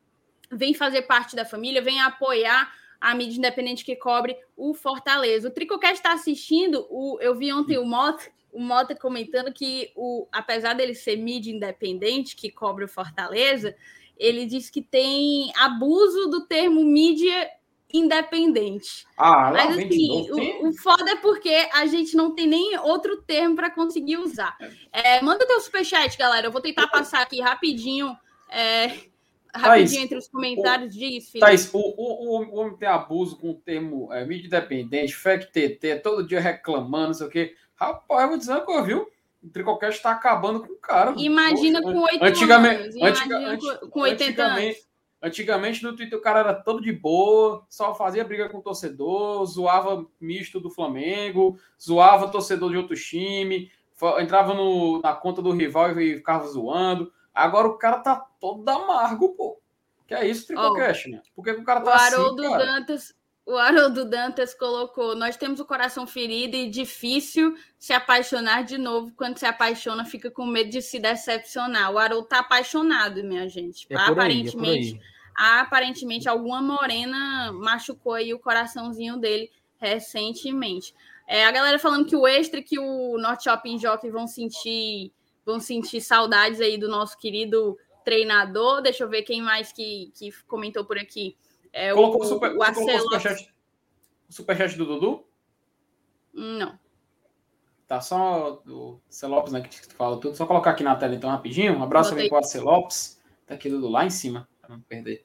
vem fazer parte da família, vem apoiar a mídia independente que cobre o Fortaleza. O Tricocast está assistindo, o, eu vi ontem o Mota, o Mota comentando que, o, apesar dele ser mídia independente, que cobre o Fortaleza, ele disse que tem abuso do termo mídia independente. Ah, mas assim, o, o foda é porque a gente não tem nem outro termo para conseguir usar. É, manda teu superchat, galera. Eu vou tentar passar aqui rapidinho, é, rapidinho Thaís, entre os comentários. O, diz, Felipe. Thaís, o, o, o homem tem abuso com o termo é, mídia independente, F E C T T, todo dia reclamando, não sei o quê. Rapaz, eu vou dizer uma coisa, viu? O Tricocast está acabando com o cara. Imagina Poxa, com oito antigamente, anos. Imagina antiga, com oitenta antigamente, anos. Antigamente no Twitter o cara era todo de boa, só fazia briga com o torcedor, zoava misto do Flamengo, zoava torcedor de outro time, entrava no, na conta do rival e ficava zoando. Agora o cara tá todo amargo, pô. Que é isso, Tricocast, oh, né? Por que o cara tá o Haroldo assim, cara? Dantas, o Haroldo Dantas colocou: nós temos o coração ferido e difícil se apaixonar de novo. Quando se apaixona, fica com medo de se decepcionar. O Haroldo tá apaixonado, minha gente. É aparentemente, aí, é aparentemente, alguma morena machucou aí o coraçãozinho dele recentemente. É, a galera falando que o Extra e que o Norte Shopping Jockey vão sentir, vão sentir saudades aí do nosso querido treinador. Deixa eu ver quem mais que, que comentou por aqui. É, colocou o, o, super, o, colocou o superchat, o superchat do Dudu? Não. Tá só o Celopes, né, que fala tudo. Só colocar aqui na tela então rapidinho. Um abraço também para o Celopes. Tá aqui Dudu lá em cima, para não perder.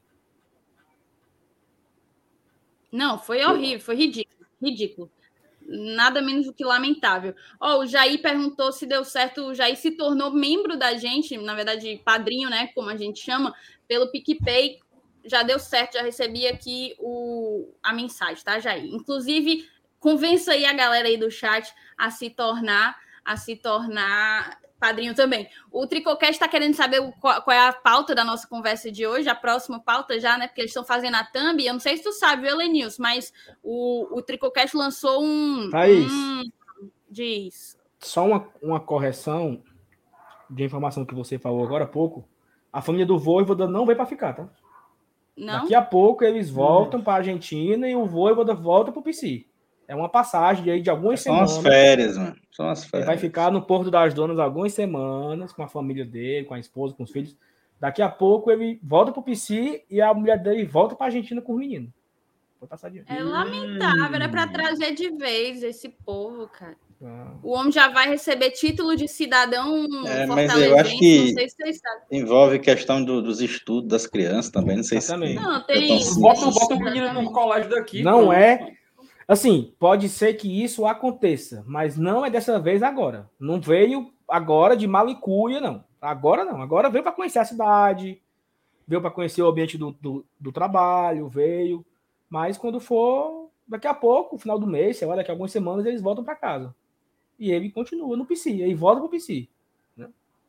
Não, foi horrível, foi ridículo. Ridículo. Nada menos do que lamentável. Ó, oh, o Jair perguntou se deu certo. O Jair se tornou membro da gente, na verdade, padrinho, né? Como a gente chama, pelo PicPay. Já deu certo, já recebi aqui o, a mensagem, tá, Jair? Inclusive, convença aí a galera aí do chat a se tornar, a se tornar padrinho também. O Tricocast está querendo saber qual, qual é a pauta da nossa conversa de hoje, a próxima pauta já, né? Porque eles estão fazendo a thumb. Eu não sei se tu sabe, viu, Lenils, mas o, o Tricocast lançou um... Thaís, um diz. Só uma, uma correção de informação que você falou agora há pouco. A família do Voivoda não veio para ficar, tá? Não? Daqui a pouco eles voltam uhum. para a Argentina e o Voivoda volta para o P C. É uma passagem aí de algumas São semanas. São as férias, mano. São as férias. Ele vai ficar no Porto das Donas algumas semanas com a família dele, com a esposa, com os filhos. Daqui a pouco ele volta para o P C e a mulher dele volta para a Argentina com os meninos. Vou passar de... É lamentável, era para trazer de vez esse povo, cara. Ah. O homem já vai receber título de cidadão é, mas eu acho que não sei se vocês sabem. Envolve questão do, dos estudos das crianças também, não sei Exatamente. se... Não, tem isso. Bota, bota o menino no colégio daqui. Não pronto. É... Assim, pode ser que isso aconteça, mas não é dessa vez agora. Não veio agora de malicuia, não. Agora não. Agora veio para conhecer a cidade, veio para conhecer o ambiente do, do, do trabalho, veio. Mas quando for, daqui a pouco, no final do mês, sei lá, daqui a algumas semanas, eles voltam para casa. E ele continua no P C, ele volta para o P C. Né?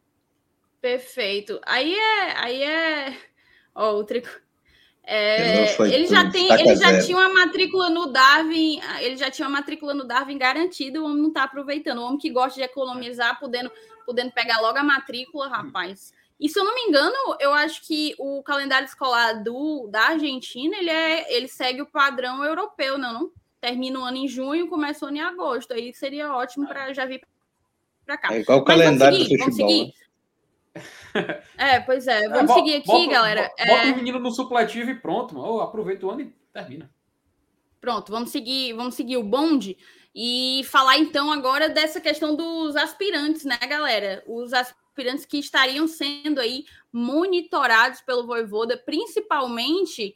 Perfeito. Aí é... Aí é... Ó, o trico... É, ele já tem, ele já tinha uma matrícula no Darwin, ele já tinha uma matrícula no Darwin garantida, o homem não está aproveitando. O homem que gosta de economizar, podendo, podendo pegar logo a matrícula, rapaz. E se eu não me engano, eu acho que o calendário escolar do, da Argentina, ele, é, ele segue o padrão europeu, não, não? Termina o ano em junho, começa o ano em agosto. Aí seria ótimo para já vir para cá. É igual o calendário do futebol. Vamos seguir. É, pois é. Vamos é, seguir aqui, bota, galera. Bota, bota é... o menino no supletivo e pronto. Mano. Aproveita o ano e termina. Pronto, vamos seguir, vamos seguir o bonde e falar então agora dessa questão dos aspirantes, né, galera? Os aspirantes que estariam sendo aí monitorados pelo Voivoda, principalmente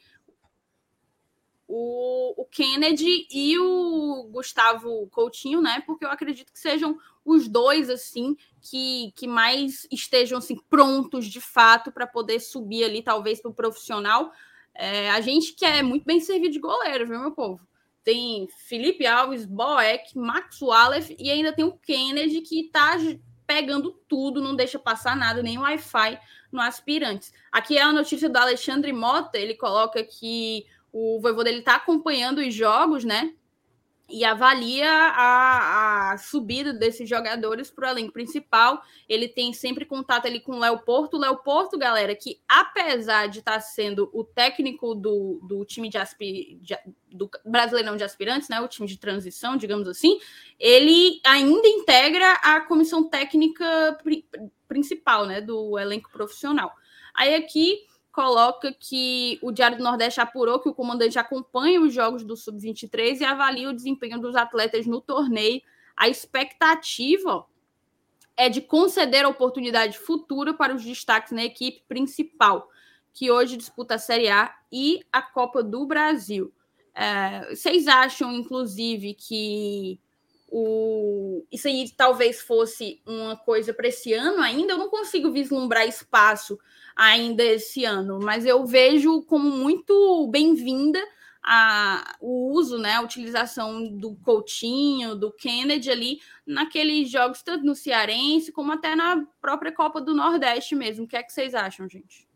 o, o Kennedy e o Gustavo Coutinho, né? Porque eu acredito que sejam os dois, assim, que, que mais estejam, assim, prontos, de fato, para poder subir ali, talvez, para o profissional. É, a gente que é muito bem servido de goleiro, viu, meu povo? Tem Felipe Alves, Boeck, Max Wallace e ainda tem o Kennedy, que está pegando tudo, não deixa passar nada, nem Wi-Fi no aspirantes. Aqui é a notícia do Alexandre Mota, ele coloca que o Voivoda está acompanhando os jogos, né? e avalia a, a subida desses jogadores para o elenco principal. Ele tem sempre contato ali com o Léo Porto. O Léo Porto, galera, que apesar de estar sendo o técnico do, do time de, aspi, de do Brasileirão de Aspirantes, né, o time de transição, digamos assim, ele ainda integra a comissão técnica pri, principal, né, do elenco profissional. Aí aqui coloca que o Diário do Nordeste apurou que o comandante acompanha os jogos do sub vinte e três e avalia o desempenho dos atletas no torneio. A expectativa é de conceder a oportunidade futura para os destaques na equipe principal, que hoje disputa a Série A e a Copa do Brasil. É, vocês acham, inclusive, que o... isso aí talvez fosse uma coisa para esse ano ainda? Eu não consigo vislumbrar espaço ainda esse ano, mas eu vejo como muito bem-vinda a, o uso, né, a utilização do Coutinho, do Kennedy ali naqueles jogos, tanto no Cearense como até na própria Copa do Nordeste mesmo. O que é que vocês acham, gente?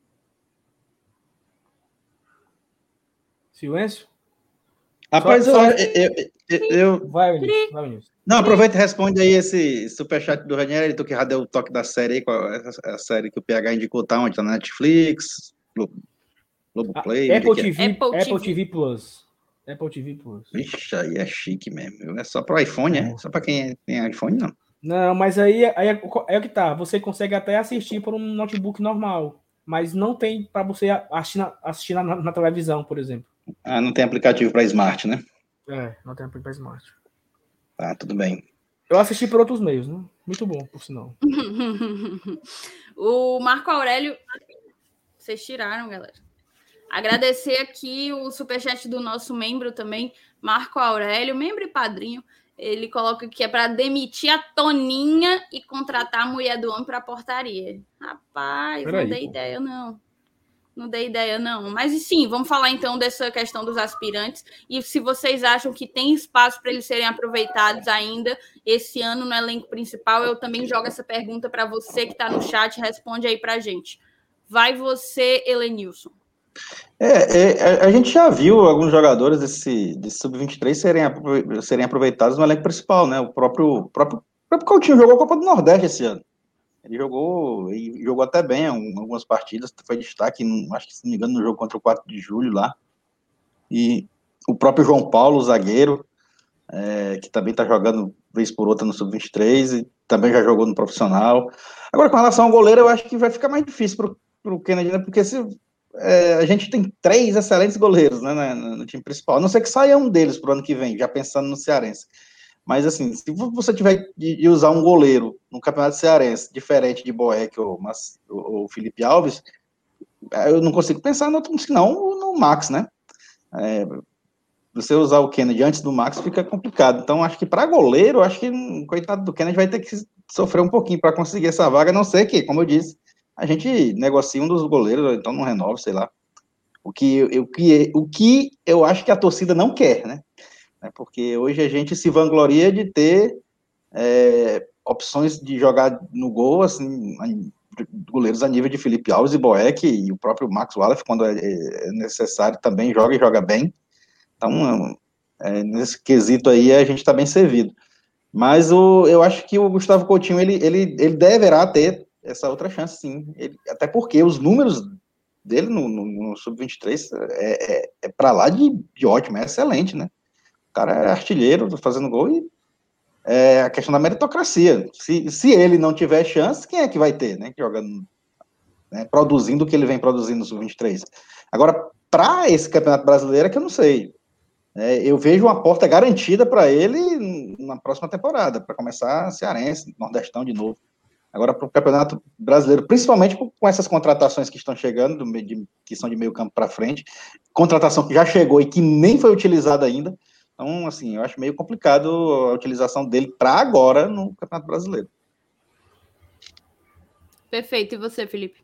Silêncio? Rapaz, só, eu, eu, eu, eu... Vai, Vinícius. Vai, Vinícius. Não, aproveita e responde aí esse superchat do Ranieri, ele que já deu o toque da série aí, qual é a série que o P H indicou, tá onde? Tá na Netflix, Globoplay, ah, Apple, T V, é Apple, Apple T V. T V Plus. Apple T V Plus. Vixe, aí é chique mesmo, é só pro iPhone, é? é? Só pra quem tem iPhone, não. Não, mas aí, aí é, é o que tá, você consegue até assistir por um notebook normal, mas não tem para você assistir, na, assistir na, na televisão, por exemplo. Ah, não tem aplicativo para Smart, né? É, não tem aplicativo para Smart. Tá, tudo bem. Eu assisti por outros meios, né? Muito bom, por sinal. O Marco Aurélio... Vocês tiraram, galera. Agradecer aqui o superchat do nosso membro também, Marco Aurélio, membro e padrinho. Ele coloca que é para demitir a Toninha e contratar a mulher do homem para a portaria. Rapaz, Pera não aí, dei pô. ideia, não. Não dei ideia, não. Mas, sim, vamos falar, então, dessa questão dos aspirantes. E se vocês acham que tem espaço para eles serem aproveitados ainda esse ano no elenco principal, eu também jogo essa pergunta para você que está no chat. Responde aí para a gente. Vai você, Helenilson. É, é, a gente já viu alguns jogadores desse, desse sub vinte e três serem, serem aproveitados no elenco principal, né? O próprio, próprio, próprio Coutinho jogou a Copa do Nordeste esse ano. Ele jogou, e jogou até bem algumas partidas, foi destaque, acho que se não me engano, no jogo contra o quatro de julho lá. E o próprio João Paulo, o zagueiro, é, que também está jogando vez por outra no sub vinte e três, e também já jogou no profissional. Agora, com relação ao goleiro, eu acho que vai ficar mais difícil para o Kennedy, né? Porque se, é, a gente tem três excelentes goleiros, né, no, no time principal, a não ser que saia um deles para o ano que vem, já pensando no Cearense. Mas, assim, se você tiver de usar um goleiro no Campeonato Cearense, diferente de Boeck ou, ou Felipe Alves, eu não consigo pensar no outro, senão no Max, né? É, você usar o Kennedy antes do Max fica complicado. Então, acho que para goleiro, acho que, coitado do Kennedy, vai ter que sofrer um pouquinho para conseguir essa vaga, a não ser que, como eu disse, a gente negocia um dos goleiros, então não renova, sei lá. O que, o que, o que eu acho que a torcida não quer, né? Porque hoje a gente se vangloria de ter é, opções de jogar no gol, assim, goleiros a nível de Felipe Alves e Boeck, e o próprio Max Wallace, quando é necessário, também joga e joga bem. Então, é, nesse quesito aí, a gente está bem servido. Mas o, eu acho que o Gustavo Coutinho, ele, ele, ele deverá ter essa outra chance, sim. Ele, até porque os números dele no, no, no sub vinte e três é, é, é para lá de, de ótimo, é excelente, né? O cara é artilheiro, fazendo gol, e é a questão da meritocracia. Se, se ele não tiver chance, quem é que vai ter, né? Jogando, né, produzindo o que ele vem produzindo no sub vinte e três. Agora, para esse Campeonato Brasileiro é que eu não sei. É, eu vejo uma porta garantida para ele na próxima temporada, para começar Cearense, Nordestão de novo. Agora, para o Campeonato Brasileiro, principalmente com essas contratações que estão chegando, do meio de, que são de meio campo para frente, contratação que já chegou e que nem foi utilizada ainda. Então, assim, eu acho meio complicado a utilização dele para agora no Campeonato Brasileiro. Perfeito. E você, Felipe?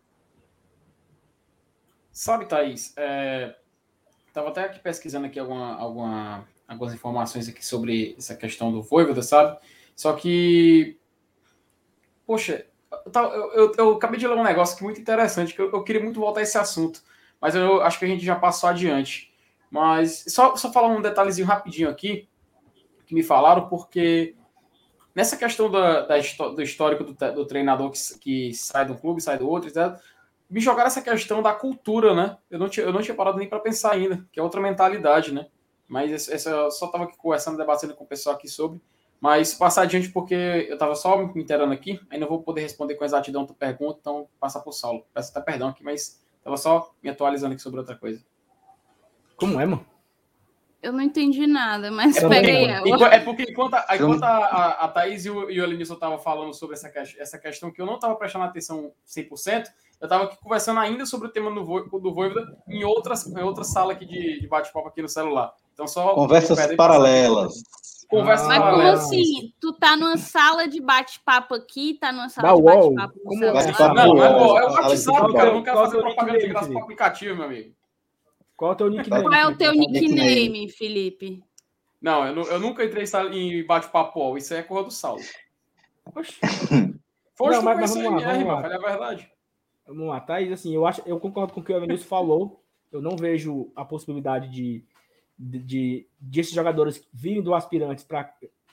Sabe, Thaís, é... estava até aqui pesquisando aqui alguma, alguma, algumas informações aqui sobre essa questão do Vojvoda, sabe? Só que, poxa, eu, eu, eu, eu acabei de ler um negócio que é muito interessante, que eu, eu queria muito voltar a esse assunto, mas eu acho que a gente já passou adiante. Mas só, só falar um detalhezinho rapidinho aqui, que me falaram, porque nessa questão da, da, do histórico do, do treinador que, que sai do clube, sai do outro, etcétera, me jogaram essa questão da cultura, né? Eu não tinha, eu não tinha parado nem para pensar ainda, que é outra mentalidade, né? Mas essa, eu só estava aqui conversando, debatendo com o pessoal aqui sobre. Mas passar adiante, porque eu estava só me inteirando aqui, aí não vou poder responder com exatidão a tua pergunta, então passa para o Saulo. Peço até perdão aqui, mas estava só me atualizando aqui sobre outra coisa. Como é, mano? Eu não entendi nada, mas é pega aí. Porque, é porque enquanto, a, enquanto a, a, a Thaís e o, e o Elenilson estavam falando sobre essa, essa questão que eu não estava prestando atenção cem por cento, eu estava aqui conversando ainda sobre o tema do, do Voivoda em, outras, em outra sala aqui de, de bate-papo aqui no celular. Então, só Conversas paralelas. Conversas Mas paralelas. como assim? Tu tá numa sala de bate-papo aqui, tá numa sala Da de UOL. bate-papo no Como celular? bate-papo Não, UOL, é, o- é o sala de WhatsApp, futebol. cara. Eu não quero Qual fazer é o teu propaganda de nickname, graça pro Felipe? aplicativo, meu amigo. Qual é o teu nickname? Qual é o teu Felipe? nickname, Felipe? Não, eu, nu- eu nunca entrei em sala- em bate-papo UOL. Isso é coisa do Saulo. Oxi. Foge, Não, tu mas- mas conheceu vamos lá, M R, vamos irmão. lá. Falei a verdade. Vamos lá, Thaís, assim, eu, acho, eu concordo com o que o Evanilson falou. Eu não vejo a possibilidade de, de, de, de esses jogadores virem do aspirantes para,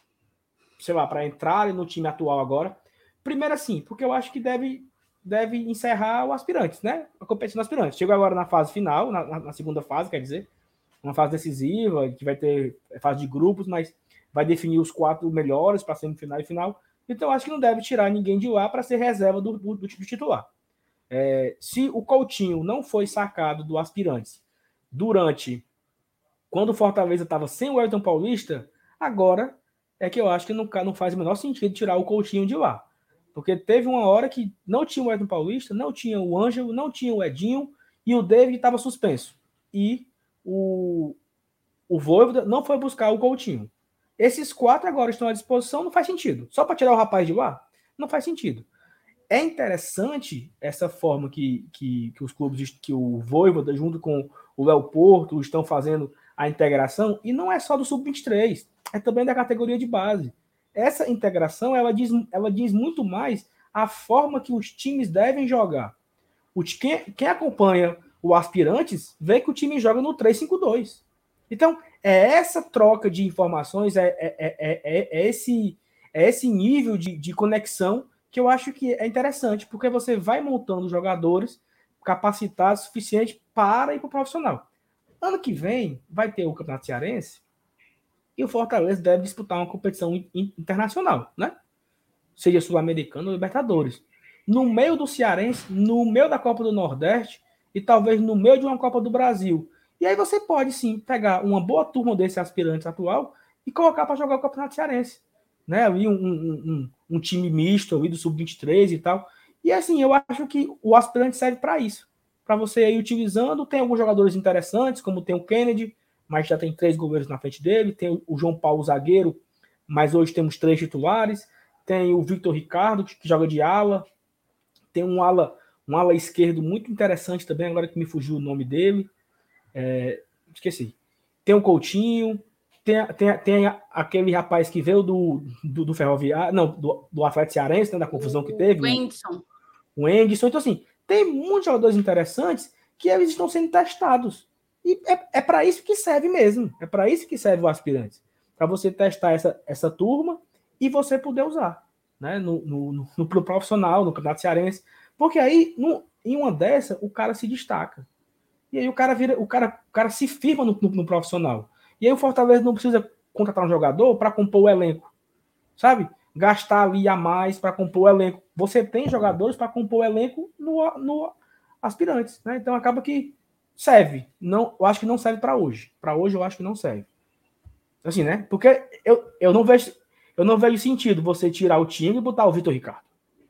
sei lá, para entrarem no time atual agora. Primeiro, assim, porque eu acho que deve, deve encerrar o aspirantes, né? A competição do aspirantes. Chegou agora na fase final, na, na, na segunda fase, quer dizer, uma fase decisiva, que vai ter fase de grupos, mas vai definir os quatro melhores para semifinal e final. Então, eu acho que não deve tirar ninguém de lá para ser reserva do, do, do titular. É, se o Coutinho não foi sacado do aspirantes durante quando o Fortaleza estava sem o Wellington Paulista, agora é que eu acho que não, não faz o menor sentido tirar o Coutinho de lá. Porque teve uma hora que não tinha o Wellington Paulista, não tinha o Ângelo, não tinha o Edinho e o David estava suspenso. E o, o Voivoda não foi buscar o Coutinho. Esses quatro agora estão à disposição, não faz sentido. Só para tirar o rapaz de lá, não faz sentido. É interessante essa forma que, que, que os clubes, que o Voivoda, junto com o Léo Porto, estão fazendo a integração, e não é só do sub vinte e três, é também da categoria de base. Essa integração, ela diz, ela diz muito mais a forma que os times devem jogar. O, quem, quem acompanha o Aspirantes vê que o time joga no três cinco dois. Então, é essa troca de informações, é, é, é, é, é, esse, é esse nível de, de conexão que eu acho que é interessante, porque você vai montando jogadores capacitados o suficiente para ir para o profissional. Ano que vem vai ter o Campeonato Cearense e o Fortaleza deve disputar uma competição internacional, né? Seja Sul-Americano ou Libertadores. No meio do Cearense, no meio da Copa do Nordeste e talvez no meio de uma Copa do Brasil. E aí você pode sim pegar uma boa turma desse aspirante atual e colocar para jogar o Campeonato Cearense. Né? Ali um, um, um, um time misto ali do sub vinte e três e tal. E assim, eu acho que o aspirante serve para isso. Para você ir utilizando, tem alguns jogadores interessantes, como tem o Kennedy, mas já tem três goleiros na frente dele, tem o João Paulo zagueiro, mas hoje temos três titulares, tem o Victor Ricardo, que joga de ala, tem um ala, um ala esquerdo muito interessante também, agora que me fugiu o nome dele, é, esqueci. Tem o Coutinho, tem, tem, tem aquele rapaz que veio do, do, do Ferroviário, não, do, do Atlético Cearense, né, da confusão que teve. O Anderson. O Anderson. Então, assim, tem muitos jogadores interessantes que eles estão sendo testados. E é, é para isso que serve mesmo. É para isso que serve o aspirante. Para você testar essa, essa turma e você poder usar, né, no, no, no, no profissional, no Campeonato Cearense. Porque aí, no, em uma dessa, o cara se destaca. E aí o cara vira, o cara, o cara se firma no, no, no profissional. E aí o Fortaleza não precisa contratar um jogador para compor o elenco, sabe? Gastar ali a mais para compor o elenco. Você tem jogadores para compor o elenco no, no aspirantes, né? Então acaba que serve. Não, eu acho que não serve para hoje. Para hoje eu acho que não serve. Assim, né? Porque eu, eu não vejo eu não vejo sentido você tirar o time e botar o Vitor Ricardo.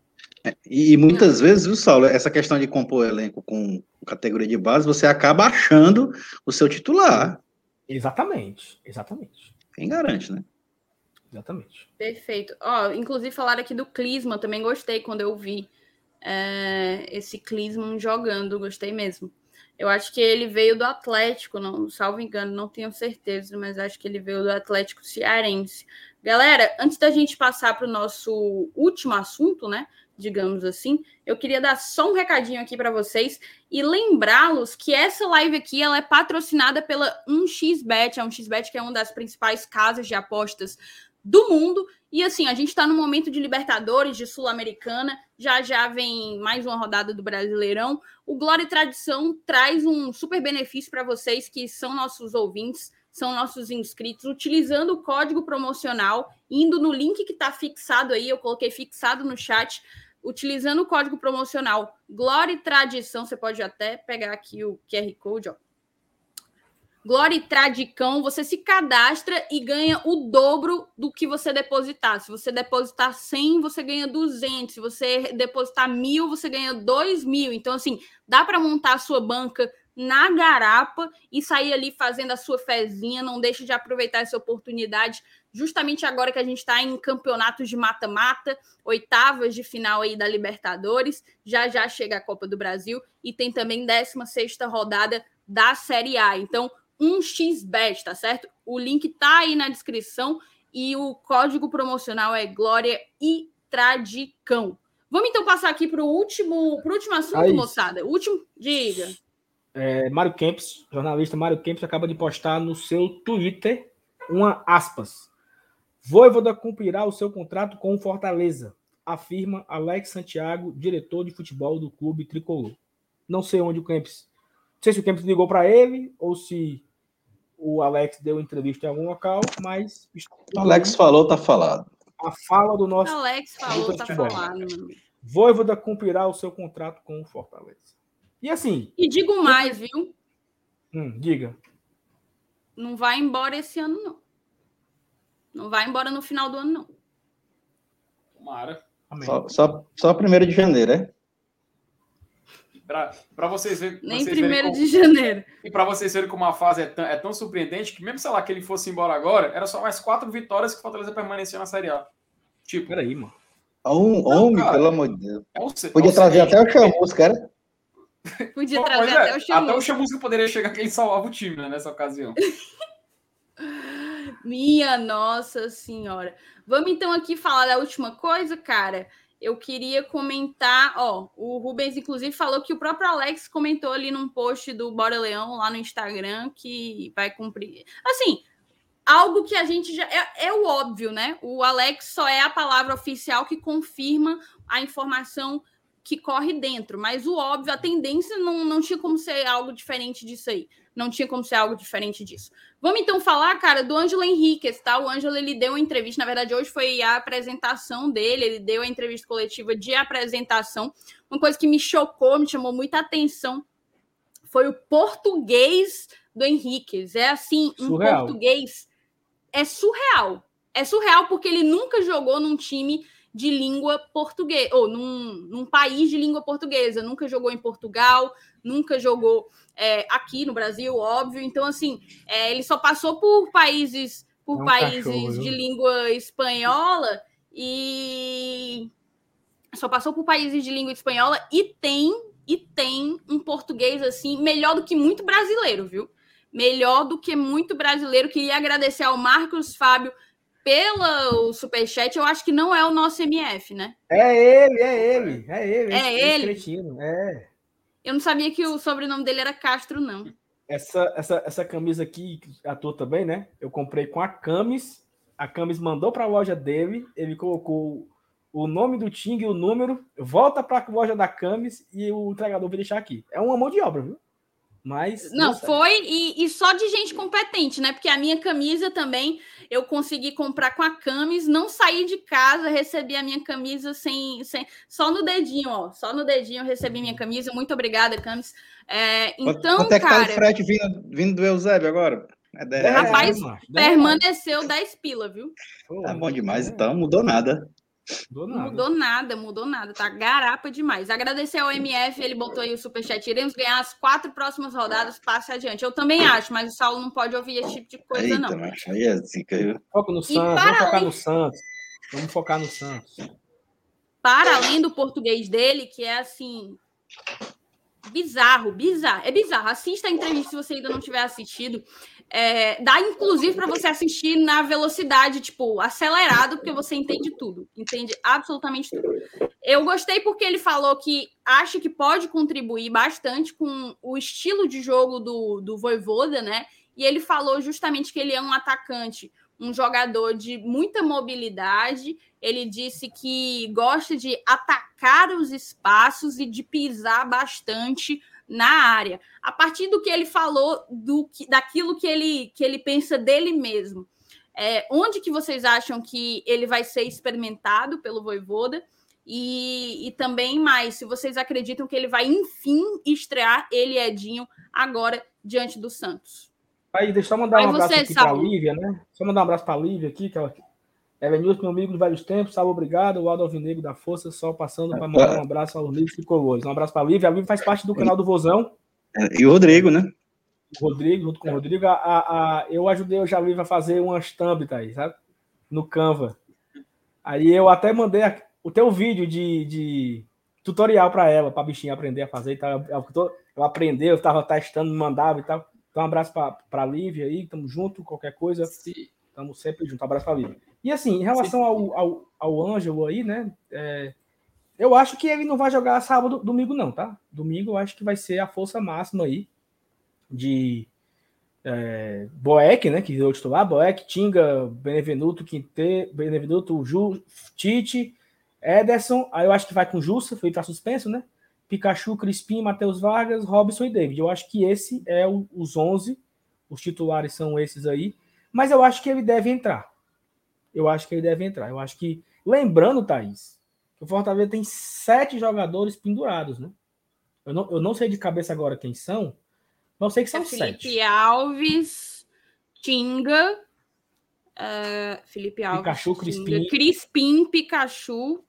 É, e muitas vezes, viu, Saulo, essa questão de compor elenco com categoria de base, você acaba achando o seu titular. Exatamente, exatamente. Quem garante, né? Exatamente. Perfeito. Ó, inclusive falaram aqui do Klinsmann, também gostei quando eu vi é, esse Klinsmann jogando, gostei mesmo. Eu acho que ele veio do Atlético, não, salvo engano, não tenho certeza, mas acho que ele veio do Atlético Cearense. Galera, antes da gente passar para o nosso último assunto, né? digamos assim, eu queria dar só um recadinho aqui para vocês e lembrá-los que essa live aqui ela é patrocinada pela um x bet, a um x bet que é uma das principais casas de apostas do mundo. E assim, a gente está no momento de Libertadores, de Sul-Americana, já já vem mais uma rodada do Brasileirão. O Glória e Tradição traz um super benefício para vocês que são nossos ouvintes, são nossos inscritos, utilizando o código promocional, indo no link que está fixado aí, eu coloquei fixado no chat, utilizando o código promocional Glória e Tradição, você pode até pegar aqui o Q R Code, ó. Glória e Tradicão, você se cadastra e ganha o dobro do que você depositar. Se você depositar cem, você ganha duzentos. Se você depositar mil, você ganha dois mil. Então, assim, dá para montar a sua banca na garapa e sair ali fazendo a sua fezinha. Não deixe de aproveitar essa oportunidade, justamente agora que a gente está em campeonatos de mata-mata, oitavas de final aí da Libertadores. Já já chega a Copa do Brasil e tem também décima sexta rodada da Série A. Então, um x bet, tá certo? O link tá aí na descrição e o código promocional é Glória e Tradicão. Vamos então passar aqui para o último, pro último assunto, aí, moçada. O último, diga. É, Mário Kempis, jornalista Mário Kempis, acaba de postar no seu Twitter uma aspas. Vojvoda cumprirá o seu contrato com o Fortaleza, afirma Alex Santiago, diretor de futebol do clube tricolor. Não sei onde o Kempis... Não sei se o Kempis ligou para ele ou se o Alex deu entrevista em algum local, mas... O Alex falou, tá falado. A fala do nosso... Alex falou, tá falado. Vojvoda cumprirá o seu contrato com o Fortaleza. E assim... E digo mais, viu? Hum, diga. Não vai embora esse ano, não. Não vai embora no final do ano, não. Tomara. Só, só, só primeiro de janeiro, é? Para vocês verem. Nem primeiro de janeiro. E para vocês verem como a fase é tão, é tão surpreendente que, mesmo sei lá, que ele fosse embora agora, era só mais quatro vitórias que o Fortaleza permaneceu na Série A. Tipo. Peraí, mano. Um homem, pelo amor de Deus. É um, Podia é um trazer até o Chamusca, cara. Podia Pô, trazer é, até o Chamusca. Até o Chamusca poderia chegar quem salvava o time, né, nessa ocasião. Minha Nossa Senhora. Vamos então aqui falar da última coisa, cara. Eu queria comentar, ó, o Rubens, inclusive, falou que o próprio Alex comentou ali num post do Bora Leão, lá no Instagram, que vai cumprir. Assim, algo que a gente já... É, é o óbvio, né? O Alex só é a palavra oficial que confirma a informação que corre dentro. Mas o óbvio, a tendência não, não tinha como ser algo diferente disso aí. Não tinha como ser algo diferente disso. Vamos então falar, cara, do Ângelo Henriquez, tá? O Ângelo, ele deu uma entrevista, na verdade, hoje foi a apresentação dele, ele deu a entrevista coletiva de apresentação. Uma coisa que me chocou, me chamou muita atenção, foi o português do Henriquez. É assim, um surreal. Português... É surreal. É surreal porque ele nunca jogou num time de língua portuguesa, ou num, num país de língua portuguesa. Nunca jogou em Portugal, nunca jogou é, aqui no Brasil, óbvio. Então, assim, é, ele só passou por países, por é um países cachorro, de língua espanhola e só passou por países de língua espanhola e tem, e tem um português, assim, melhor do que muito brasileiro, viu? Melhor do que muito brasileiro. Queria agradecer ao Marcos Fábio pelo superchat. Eu acho que não é o nosso M F, né? É ele, é ele, é ele. É esse, ele? Esse cretino, é. Eu não sabia que o sobrenome dele era Castro, não. Essa, essa, essa camisa aqui, a tua também, né? Eu comprei com a Camis. A Camis mandou para a loja dele. Ele colocou o nome do Ting e o número. Volta para a loja da Camis e o entregador vai deixar aqui. É uma mão de obra, viu? Mas não, foi e, e só de gente competente, né? Porque a minha camisa também eu consegui comprar com a Camis, não saí de casa, recebi a minha camisa sem, sem só no dedinho, ó, só no dedinho eu recebi minha camisa. Muito obrigada, Camis. É, então, quanto é que cara, tá o frete vindo, vindo do Eusébio agora? É dez reais, rapaz, né? permaneceu dez pila, viu? Tá bom demais, então, não mudou nada. Mudou nada. Mudou nada, mudou nada, tá garapa demais. Agradecer ao M F, ele botou aí o superchat. Iremos ganhar as quatro próximas rodadas, passe adiante. Eu também acho, mas o Saulo não pode ouvir esse tipo de coisa, Eita, não. Macho, aí é zica, viu? Foca no Santos, vamos focar além... no Santos. Vamos focar no Santos. Para além do português dele, que é assim, bizarro, bizarro. É bizarro. Assista a entrevista se você ainda não tiver assistido. É, dá, inclusive, para você assistir na velocidade, tipo, acelerado, porque você entende tudo. Entende absolutamente tudo. Eu gostei porque ele falou que acha que pode contribuir bastante com o estilo de jogo do, do Vojvoda, né? E ele falou justamente que ele é um atacante, um jogador de muita mobilidade. Ele disse que gosta de atacar os espaços e de pisar bastante na área. A partir do que ele falou, do, daquilo que ele, que ele pensa dele mesmo, é, onde que vocês acham que ele vai ser experimentado pelo Vojvoda? E, e também mais, se vocês acreditam que ele vai, enfim, estrear ele, Edinho, agora diante do Santos. Aí, deixa eu mandar um abraço aqui para a Lívia, né? Só mandar um abraço para a Lívia aqui, que ela, ela é meu amigo de vários tempos, salve, obrigado. O Aldo Alvinegro da Força, só passando para mandar um abraço aos amigos tricolores. Um abraço para a Lívia. A Lívia faz parte do canal do Vozão. E o Rodrigo, né? O Rodrigo, junto com o Rodrigo, a, a, a, eu ajudei o Lívia a fazer umas thumb, tá aí, sabe? No Canva. Aí eu até mandei a, o teu vídeo de, de tutorial para ela, para a bichinha aprender a fazer e tal. Eu aprendi, eu estava testando, me mandava e tal. Então, um abraço para a Lívia aí, estamos juntos, qualquer coisa, estamos sempre juntos. Um abraço para a Lívia. E assim, em relação ao, ao, ao Ângelo aí, né? É, eu acho que ele não vai jogar sábado, domingo, não, tá? Domingo eu acho que vai ser a força máxima aí de é, Boeck, né? Que eu titular, Boeck, Tinga, Benevenuto, Quinte, Benevenuto, Ju, Tite, Ederson. Aí eu acho que vai com Jussa, foi para suspenso, né? Pikachu, Crispim, Matheus Vargas, Robson e David. Eu acho que esse é o, os onze, os titulares são esses aí, mas eu acho que ele deve entrar. Eu acho que ele deve entrar. Eu acho que, lembrando, Thaís, que o Fortaleza tem sete jogadores pendurados, né? Eu não, eu não sei de cabeça agora quem são, mas eu sei que são é Felipe sete. Alves, Tinga, uh, Felipe Alves, Pikachu, Crispim, Crispim, Pikachu.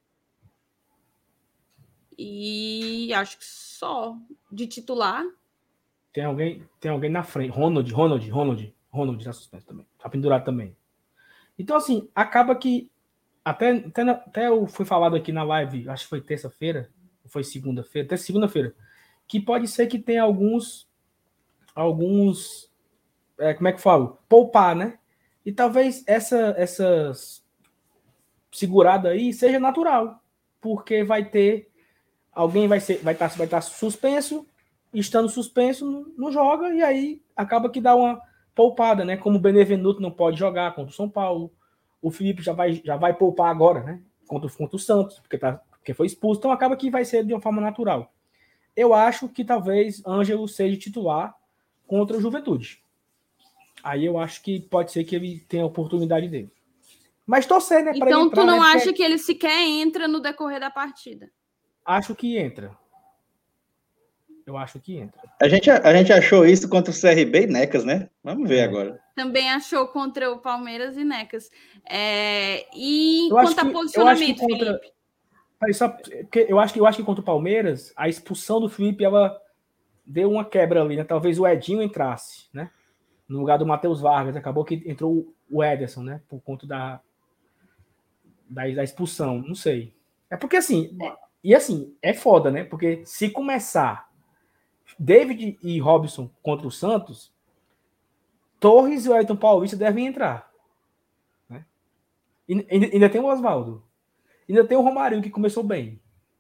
E acho que só de titular. Tem alguém, tem alguém na frente. Ronald, Ronald, Ronald, Ronald tá suspenso também. Tá pendurado também. Então, assim, acaba que até, até, até eu fui falado aqui na live, acho que foi terça-feira, ou foi segunda-feira, até segunda-feira, que pode ser que tenha alguns alguns é, como é que eu falo? Poupar, né? E talvez essa, essa segurada aí seja natural, porque vai ter alguém vai ser, vai estar, vai estar suspenso, estando suspenso, não, não joga, e aí acaba que dá uma poupada, né? Como o Benevenuto não pode jogar contra o São Paulo, o Felipe já vai, já vai poupar agora, né? Contra, contra o Santos, porque, tá, porque foi expulso, então acaba que vai ser de uma forma natural. Eu acho que talvez Ângelo seja titular contra o Juventude. Aí eu acho que pode ser que ele tenha a oportunidade dele. Mas torcer, né? Então entrar, tu não né, acha porque... que ele sequer entra no decorrer da partida? Acho que entra. Eu acho que entra. A gente, a gente achou isso contra o C R B e Necas, né? Vamos ver é. agora. Também achou contra o Palmeiras e Necas. É... E eu quanto a que, posicionamento, eu contra... Felipe? Só... Eu, acho que, eu acho que contra o Palmeiras, a expulsão do Felipe, ela deu uma quebra ali, né? Talvez o Edinho entrasse, né? No lugar do Matheus Vargas. Acabou que entrou o Ederson, né? Por conta da, da, da expulsão. Não sei. É porque, assim... É. E assim, é foda, né? Porque se começar David e Robson contra o Santos, Torres e o Ayrton Paulista devem entrar. Né? E ainda tem o Oswaldo. Ainda tem o Romarinho, que começou bem.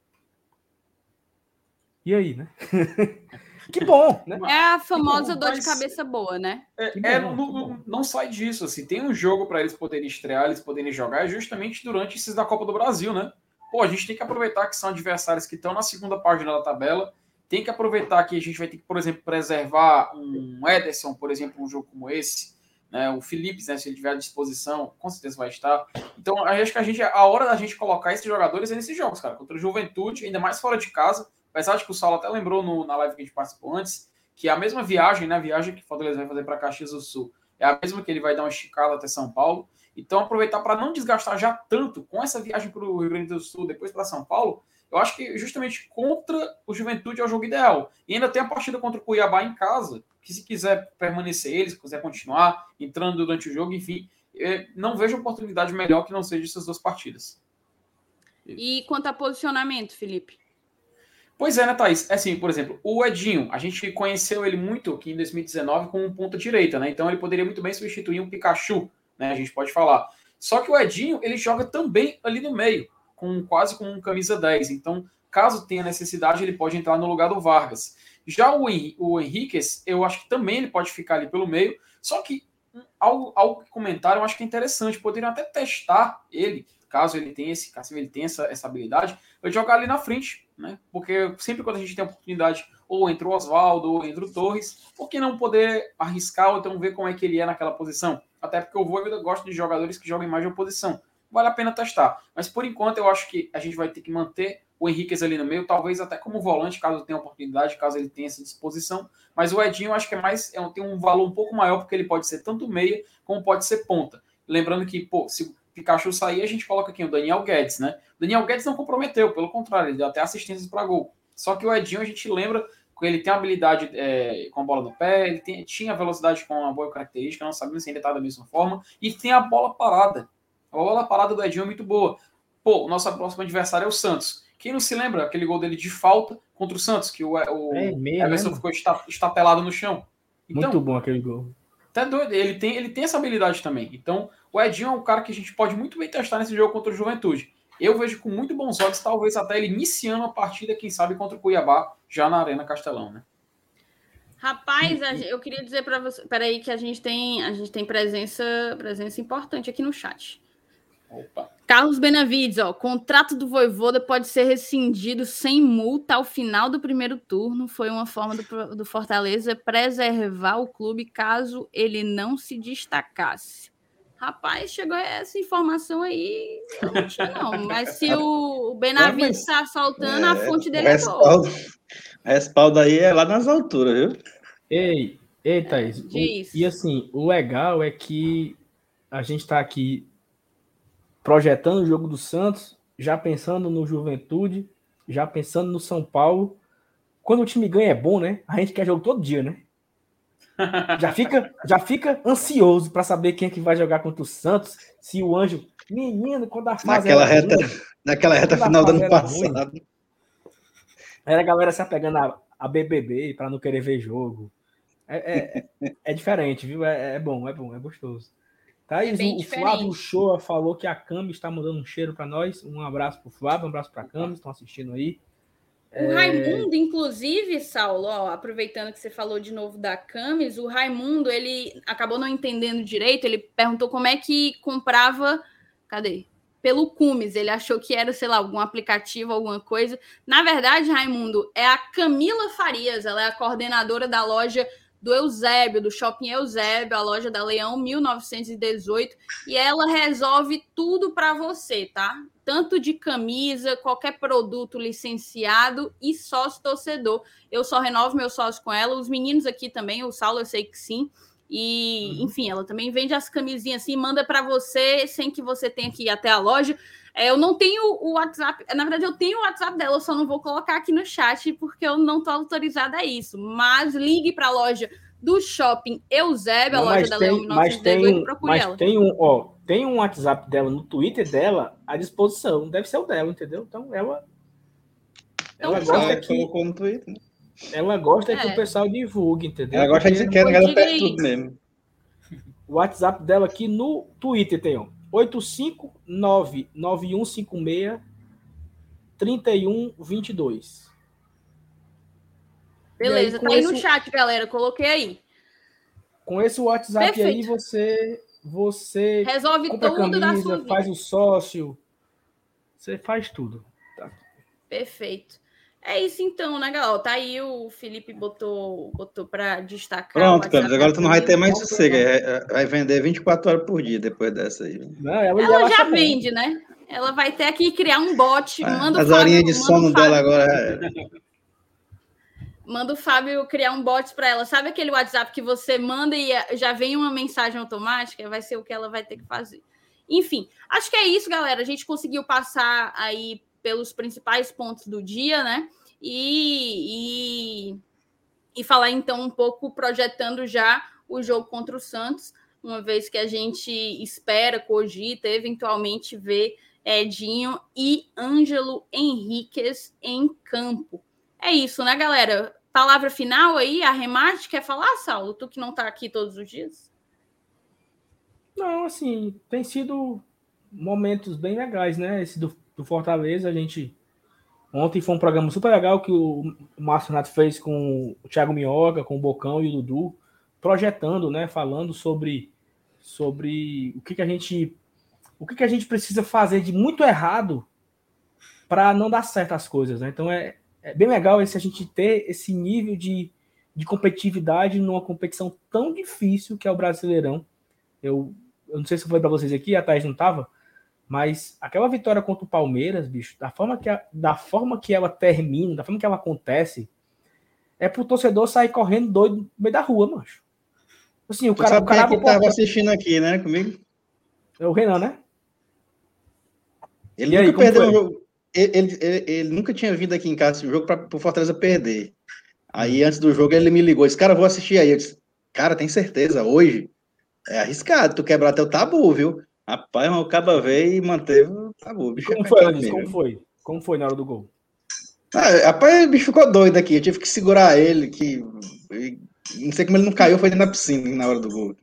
E aí, né? Que bom, né? É a famosa dor de cabeça boa, né? É, é, não, não sai disso. Assim, tem um jogo para eles poderem estrear, eles poderem jogar, justamente durante esses da Copa do Brasil, né? Pô, a gente tem que aproveitar que são adversários que estão na segunda página da tabela. Tem que aproveitar que a gente vai ter que, por exemplo, preservar um Ederson, por exemplo, um jogo como esse. Né? O Felipe, né, se ele tiver à disposição, com certeza vai estar. Então, acho que a, gente, a hora da gente colocar esses jogadores é nesses jogos, cara. Contra o Juventude, ainda mais fora de casa. Apesar de que o Saulo até lembrou no, na live que a gente participou antes, que a mesma viagem, né, a viagem que o Fortaleza vai fazer para Caxias do Sul, é a mesma que ele vai dar uma esticada até São Paulo. Então, aproveitar para não desgastar já tanto com essa viagem para o Rio Grande do Sul, depois para São Paulo, eu acho que justamente contra o Juventude é o jogo ideal. E ainda tem a partida contra o Cuiabá em casa, que se quiser permanecer ele, se quiser continuar entrando durante o jogo, enfim, não vejo oportunidade melhor que não seja essas duas partidas. E quanto a posicionamento, Felipe? Pois é, né, Thaís? É assim, por exemplo, o Edinho, a gente conheceu ele muito aqui em dois mil e dezenove como um ponta direita, né? Então ele poderia muito bem substituir um Pikachu, né? A gente pode falar. Só que o Edinho, ele joga também ali no meio, com quase com um camisa dez. Então, caso tenha necessidade, ele pode entrar no lugar do Vargas. Já o, Henri, o Henriquez, eu acho que também ele pode ficar ali pelo meio. Só que algo, algo que comentaram, eu acho que é interessante. Poderiam até testar ele, caso ele tenha esse, caso ele tenha essa, essa habilidade, eu jogar ali na frente, né? Porque sempre quando a gente tem a oportunidade, ou entra o Oswaldo, ou entra o Torres, por que não poder arriscar ou então ver como é que ele é naquela posição? Até porque o Vojvoda gosta de jogadores que jogam em mais de uma posição. Vale a pena testar. Mas por enquanto eu acho que a gente vai ter que manter o Henriquez ali no meio, talvez até como volante, caso tenha oportunidade, caso ele tenha essa disposição. Mas o Edinho eu acho que é mais, é, tem um valor um pouco maior, porque ele pode ser tanto meia como pode ser ponta. Lembrando que, pô, se o Pikachu sair, a gente coloca aqui o Daniel Guedes, né? O Daniel Guedes não comprometeu, pelo contrário, ele deu até assistências para gol. Só que o Edinho, a gente lembra que ele tem habilidade é, com a bola no pé, ele tem, tinha velocidade com uma boa característica, não sabemos se ainda está da mesma forma, e tem a bola parada. A bola parada do Edinho é muito boa. Pô, o nosso próximo adversário é o Santos. Quem não se lembra aquele gol dele de falta contra o Santos, que o, o É meio, Everson né, ficou estapelado no chão? Então, muito bom aquele gol. Até doido, ele tem, ele tem essa habilidade também. Então, o Edinho é um cara que a gente pode muito bem testar nesse jogo contra o Juventude. Eu vejo com muito bons olhos, talvez até ele iniciando a partida, quem sabe, contra o Cuiabá, já na Arena Castelão, né? Rapaz, eu queria dizer para você, peraí, que a gente tem, a gente tem presença, presença importante aqui no chat. Opa. Carlos Benavides, ó, contrato do Vojvoda pode ser rescindido sem multa ao final do primeiro turno. Foi uma forma do, do Fortaleza preservar o clube caso ele não se destacasse. Rapaz, chegou essa informação aí, eu não tinha não, mas se o Benavides está é, soltando, é, a fonte dele é boa. O respaldo aí é lá nas alturas, viu? Ei, ei, Thaís, é, o, e assim, o legal é que a gente está aqui projetando o jogo do Santos, já pensando no Juventude, já pensando no São Paulo. Quando o time ganha é bom, né? A gente quer jogo todo dia, né? Já fica, já fica ansioso para saber quem é que vai jogar contra o Santos, se o Anjo... Menino, quando a fase naquela era reta, ruim, naquela reta final do ano passado. Ruim, era a galera se apegando a, a B B B para não querer ver jogo. É, é, é diferente, viu? É, é bom, é bom, é gostoso. Thaís, é o, o Flávio Shoa falou que a Cami está mandando um cheiro para nós. Um abraço para o Flávio, um abraço para a Cami, estão assistindo aí. O é... Raimundo, inclusive, Saulo, ó, aproveitando que você falou de novo da Camis, o Raimundo, ele acabou não entendendo direito, ele perguntou como é que comprava, cadê? Pelo Cumis, ele achou que era, sei lá, algum aplicativo, alguma coisa. Na verdade, Raimundo, é a Camila Farias, ela é a coordenadora da loja do Eusébio, do Shopping Eusébio, a loja da Leão mil novecentos e dezoito, e ela resolve tudo para você, tá? Tanto de camisa, qualquer produto licenciado e sócio torcedor. Eu só renovo meu sócio com ela, os meninos aqui também, o Saulo eu sei que sim, e uhum. enfim, ela também vende as camisinhas assim, manda para você sem que você tenha que ir até a loja. É, eu não tenho o WhatsApp, na verdade eu tenho o WhatsApp dela, eu só não vou colocar aqui no chat porque eu não estou autorizada a isso, mas ligue para a loja do Shopping Eusébio, não, a loja da Leão mil novecentos e dezoito, e procure mas ela. Tem um, ó, tem um WhatsApp dela no Twitter dela à disposição, deve ser o dela, entendeu? Então ela então, ela gosta que colocou no Twitter. Ela gosta é. que o pessoal divulgue, entendeu? Ela gosta de que a galera pede tudo mesmo. O WhatsApp dela aqui no Twitter tem, ó, oito cinco nove nove um cinco seis três um dois dois. Beleza, aí, tá aí esse... no chat, galera, coloquei aí. Com esse WhatsApp Perfeito. aí, você você resolve compra tudo camisa, da sua vida. Faz o sócio, você faz tudo. Tá. Perfeito. É isso então, né, galera? Tá aí, o Felipe botou, botou para destacar. Pronto, Camis, agora tu não vai ter mais sossego. Vai vender vinte e quatro horas por dia depois dessa aí. Não, ela ela, ela já bom. vende, né? Ela vai ter que criar um bot. Ah, manda as Fábio, horinhas de sono dela agora. É... Manda o Fábio criar um bot para ela. Sabe aquele WhatsApp que você manda e já vem uma mensagem automática? Vai ser o que ela vai ter que fazer. Enfim, acho que é isso, galera. A gente conseguiu passar aí pelos principais pontos do dia, né? E, e, e falar, então, um pouco projetando já o jogo contra o Santos, uma vez que a gente espera, cogita, eventualmente ver Edinho e Ângelo Henriquez em campo. é isso, né, galera? Palavra final aí, arremate, quer falar, Saulo? Tu que não tá aqui todos os dias? Não, assim, tem sido momentos bem legais, né? Esse do, do Fortaleza, a gente... Ontem foi um programa super legal que o Márcio Renato fez com o Thiago Minhoca, com o Bocão e o Dudu, projetando, né? Falando sobre, sobre o que, que a gente o que, que a gente precisa fazer de muito errado para não dar certo as coisas, né? Então é, é bem legal esse, a gente ter esse nível de, de competitividade numa competição tão difícil que é o Brasileirão. Eu, eu não sei se foi para vocês aqui, a Thaís não estava, mas aquela vitória contra o Palmeiras, bicho, da forma que, a, da forma que ela termina, da forma que ela acontece, é pro torcedor sair correndo doido no meio da rua, mancho. Assim, o tu cara, sabe o cara quem é que tava assistindo aqui, né, comigo? É o Renan, né? Ele e nunca aí, perdeu um jogo. Ele, ele, ele, ele nunca tinha vindo aqui em casa esse jogo para o Fortaleza perder. Aí, hum. antes do jogo, ele me ligou. Disse, cara, vou assistir aí. Eu disse, cara, tem certeza, hoje é arriscado tu quebrar teu tabu, viu? Rapaz, mas o Caba veio e manteve o tabu. Bicho, como foi, Anis? Como foi? Como foi na hora do gol? Ah, rapaz, o bicho ficou doido aqui. Eu tive que segurar ele, que... Não sei como ele não caiu, foi dentro da piscina na hora do gol.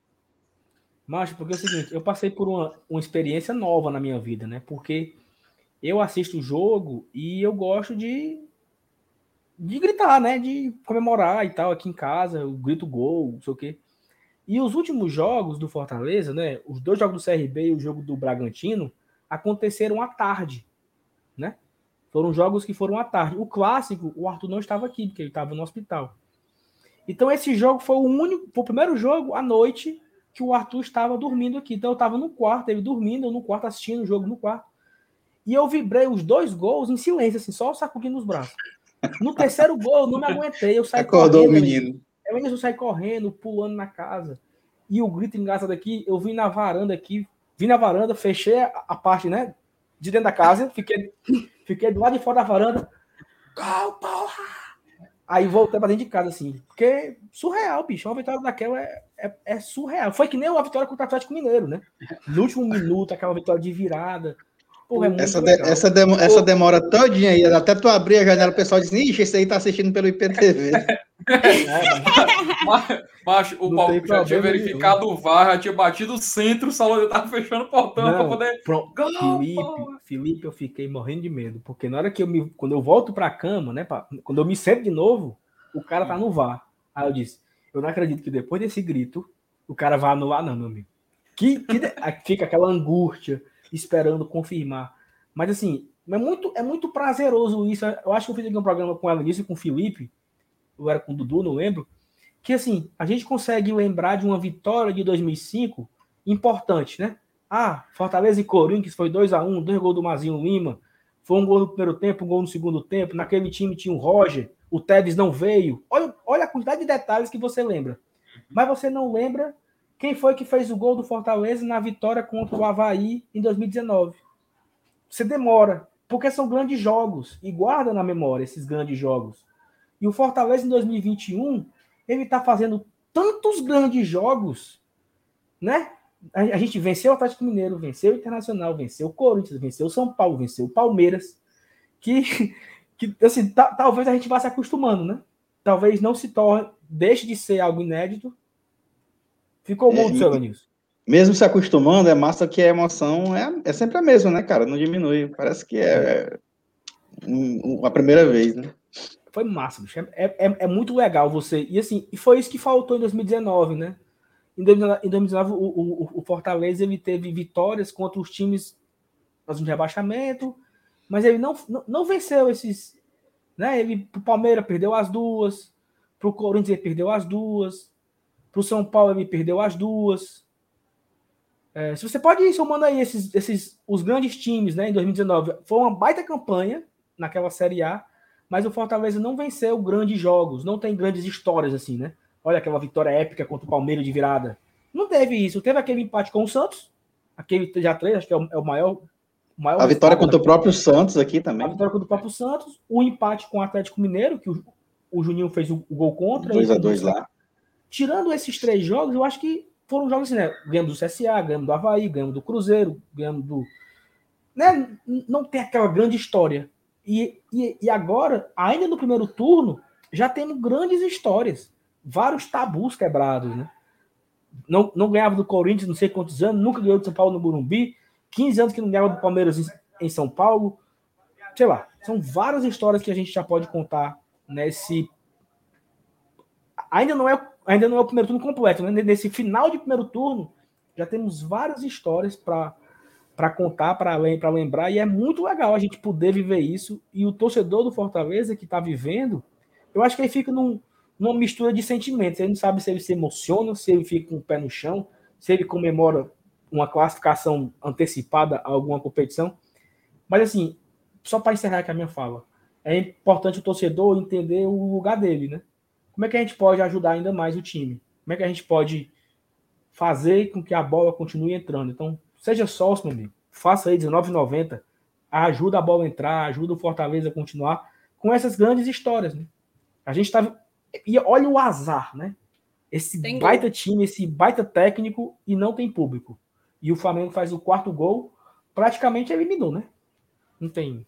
Macho, porque é o seguinte, eu passei por uma, uma experiência nova na minha vida, né? Porque eu assisto o jogo e eu gosto de, de gritar, né? De comemorar e tal aqui em casa, eu grito gol, não sei o quê. E os últimos jogos do Fortaleza, né? Os dois jogos do C R B e o jogo do Bragantino aconteceram à tarde, né? Foram jogos que foram à tarde. O clássico, o Arthur não estava aqui, porque ele estava no hospital. Então esse jogo foi o único, foi o primeiro jogo à noite que o Arthur estava dormindo aqui. Então eu estava no quarto, ele dormindo, eu no quarto assistindo o jogo no quarto. E eu vibrei os dois gols em silêncio, assim, só sacudindo nos braços. No terceiro gol, eu não me aguentei, eu saí Acordou correndo. o menino. Eu, eu saí correndo, pulando na casa. E o grito engraçado aqui, eu vim na varanda aqui, vim na varanda, fechei a, a parte, né, de dentro da casa, fiquei, fiquei do lado de fora da varanda. Gol, porra! Aí voltei pra dentro de casa, assim. Porque surreal, bicho. Uma vitória daquela é, é, é surreal. Foi que nem uma vitória contra o Atlético Mineiro, né? No último minuto, aquela vitória de virada. Porra, é muito essa, legal. De, essa, demo, essa demora todinha aí. Até tu abrir a janela, o pessoal diz, ixi, esse aí tá assistindo pelo I P T V. É, Macho, o Paulo já tinha verificado nenhum. O V A R, já tinha batido o centro, o Salão tava fechando o portão para poder... Pro... Felipe, Felipe, eu fiquei morrendo de medo, porque na hora que eu me... Quando eu volto pra cama, né, pra... quando eu me sento de novo, o cara tá no V A R. Aí eu disse, eu não acredito que depois desse grito, o cara vai anular não, meu amigo. Que, que... Fica aquela angústia, esperando confirmar. Mas assim, é muito, é muito prazeroso isso. Eu acho que eu fiz aqui um programa com ela nisso, com o Felipe, eu era com o Dudu, não lembro, que assim, a gente consegue lembrar de uma vitória de dois mil e cinco importante, né? Ah, Fortaleza e Corinthians foi dois a um, dois gols do Mazinho Lima, foi um gol no primeiro tempo, um gol no segundo tempo, naquele time tinha o Roger, o Tevez não veio. Olha, olha a quantidade de detalhes que você lembra. Mas você não lembra quem foi que fez o gol do Fortaleza na vitória contra o Avaí em dois mil e dezenove. Você demora, porque são grandes jogos, e guarda na memória esses grandes jogos. E o Fortaleza em dois mil e vinte e um, ele está fazendo tantos grandes jogos, né? A gente venceu o Atlético Mineiro, venceu o Internacional, venceu o Corinthians, venceu o São Paulo, venceu o Palmeiras, que, que assim, tá, talvez a gente vá se acostumando, né? Talvez não se torne, deixe de ser algo inédito. Ficou bom do seu Lenilson. Mesmo se acostumando, é massa que a emoção é, é sempre a mesma, né, cara? Não diminui. Parece que é, é um, um, a primeira vez, né? Foi massa, bicho. É, é, é muito legal você. E assim, e foi isso que faltou em dois mil e dezenove, né? Em dois mil e dezenove, o, o, o Fortaleza ele teve vitórias contra os times de rebaixamento, mas ele não, não, não venceu esses. Né? Ele, pro Palmeiras perdeu as duas, pro Corinthians ele perdeu as duas, pro São Paulo ele perdeu as duas. É, se você pode ir somando aí esses, esses, os grandes times, né? Em dois mil e dezenove, foi uma baita campanha naquela Série A. Mas o Fortaleza não venceu grandes jogos, não tem grandes histórias assim, né? Olha aquela vitória épica contra o Palmeiras de virada. Não teve isso. Teve aquele empate com o Santos, aquele já três, acho que é o, é o maior, o maior. A vitória contra o próprio Santos aqui também. A vitória contra o próprio Santos, o empate com o Atlético Mineiro, que o, o Juninho fez o, o gol contra. dois a dois lá. Tirando esses três jogos, eu acho que foram jogos assim, né? Ganhamos do C S A, ganhamos do Avaí, ganhamos do Cruzeiro, ganhamos do... Né? Não tem aquela grande história. E, e, e agora, ainda no primeiro turno, já temos grandes histórias. Vários tabus quebrados, né? Não, não ganhava do Corinthians não sei quantos anos, nunca ganhou do São Paulo no Morumbi, quinze anos que não ganhava do Palmeiras em, em São Paulo. Sei lá, são várias histórias que a gente já pode contar nesse... Ainda não é, ainda não é o primeiro turno completo, né? Nesse final de primeiro turno, já temos várias histórias para para contar, para lembrar, e é muito legal a gente poder viver isso, e o torcedor do Fortaleza que está vivendo, eu acho que ele fica num, numa mistura de sentimentos, ele não sabe se ele se emociona, se ele fica com o pé no chão, se ele comemora uma classificação antecipada a alguma competição, mas assim, só para encerrar aqui a minha fala, é importante o torcedor entender o lugar dele, né? Como é que a gente pode ajudar ainda mais o time? Como é que a gente pode fazer com que a bola continue entrando? Então, seja sócio, meu amigo. Faça aí dezenove reais e noventa centavos. Ajuda a bola a entrar, ajuda o Fortaleza a continuar com essas grandes histórias, né? A gente tá... E olha o azar, né? Esse tem baita gol. Time, esse baita técnico e não tem público. E o Flamengo faz o quarto gol, praticamente eliminou, né? Não tem...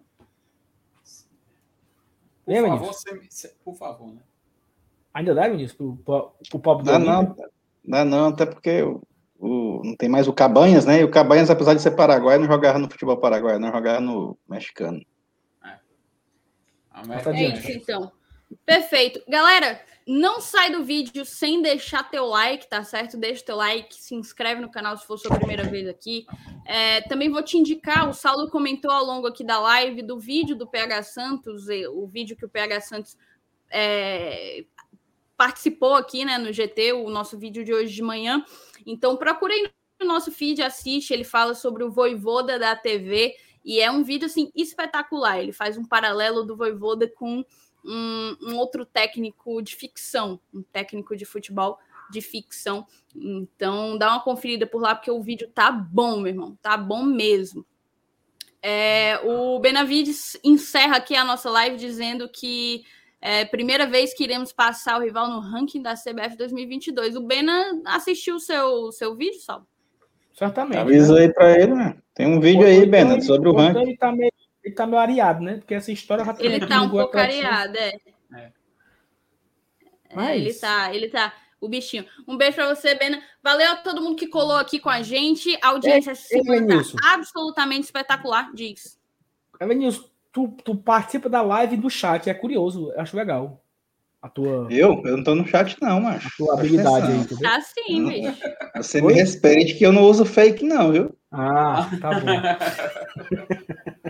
Por Lembra favor, você... por favor, né? Ainda dá, Vinícius, pro, pro pobre do Não, não, não, não, até porque o, o, não tem mais o Cabanhas, né? E o Cabanhas, apesar de ser paraguaio, não jogava no futebol paraguaio, não jogava no mexicano. É, é isso, então. Perfeito. Galera, não sai do vídeo sem deixar teu like, tá certo? Deixa teu like, se inscreve no canal se for sua primeira vez aqui. É, também vou te indicar, o Saulo comentou ao longo aqui da live do vídeo do P H Santos, o vídeo que o P H Santos é, participou aqui, né, no G T, o nosso vídeo de hoje de manhã. Então, procura aí no nosso feed, assiste, ele fala sobre o Vojvoda da T V, e é um vídeo, assim, espetacular. Ele faz um paralelo do Vojvoda com um, um outro técnico de ficção, um técnico de futebol de ficção. Então, dá uma conferida por lá, porque o vídeo tá bom, meu irmão, tá bom mesmo. É, o Benavides encerra aqui a nossa live dizendo que é primeira vez que iremos passar o rival no ranking da C B F dois mil e vinte e dois. O Bena assistiu o seu, seu vídeo, Sal? Certamente. Avisa né? aí pra ele, né? Tem um vídeo o, aí, então Bena, ele, sobre o ranking. Ele tá, meio, ele tá meio areado, né? Porque essa história já Ele tá um pouco areado, é. é. é ele tá, ele tá... O bichinho. Um beijo pra você, Bena. Valeu a todo mundo que colou aqui com a gente. A audiência é, tá absolutamente espetacular. Diz. Elenilson, tu, tu participa da live do chat. É curioso. Acho legal. A tua... Eu? Eu não tô no chat, não, mano. A tua habilidade aí, entendeu? Tá sim, bicho. Você Oi? Me respeite que eu não uso fake, não, viu? Ah, tá bom.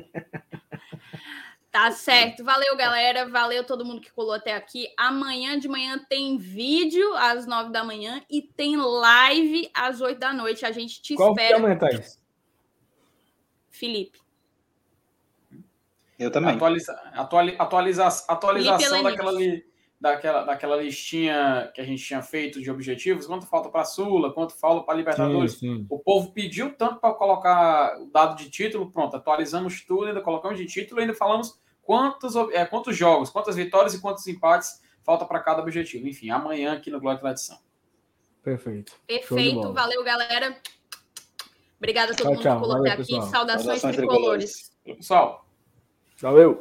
Tá certo. Valeu, galera. Valeu todo mundo que colou até aqui. Amanhã de manhã tem vídeo às nove da manhã e tem live às oito da noite. A gente te Qual espera. Qual amanhã, Thaís? Felipe. Eu também. Atualiza, atuali, atualiza, atualização daquela, li, daquela, daquela listinha que a gente tinha feito de objetivos. Quanto falta para a Sula, quanto falta para a Libertadores. Sim, sim. O povo pediu tanto para colocar o dado de título. Pronto, atualizamos tudo, ainda colocamos de título, ainda falamos quantos, é, quantos jogos, quantas vitórias e quantos empates falta para cada objetivo. Enfim, amanhã aqui no Glória e Tradição. Perfeito. Perfeito. Valeu, galera. Obrigada a todo tchau, mundo tchau. que colocou até aqui. Saudações, Saudações tricolores. tricolores. Pessoal. Valeu.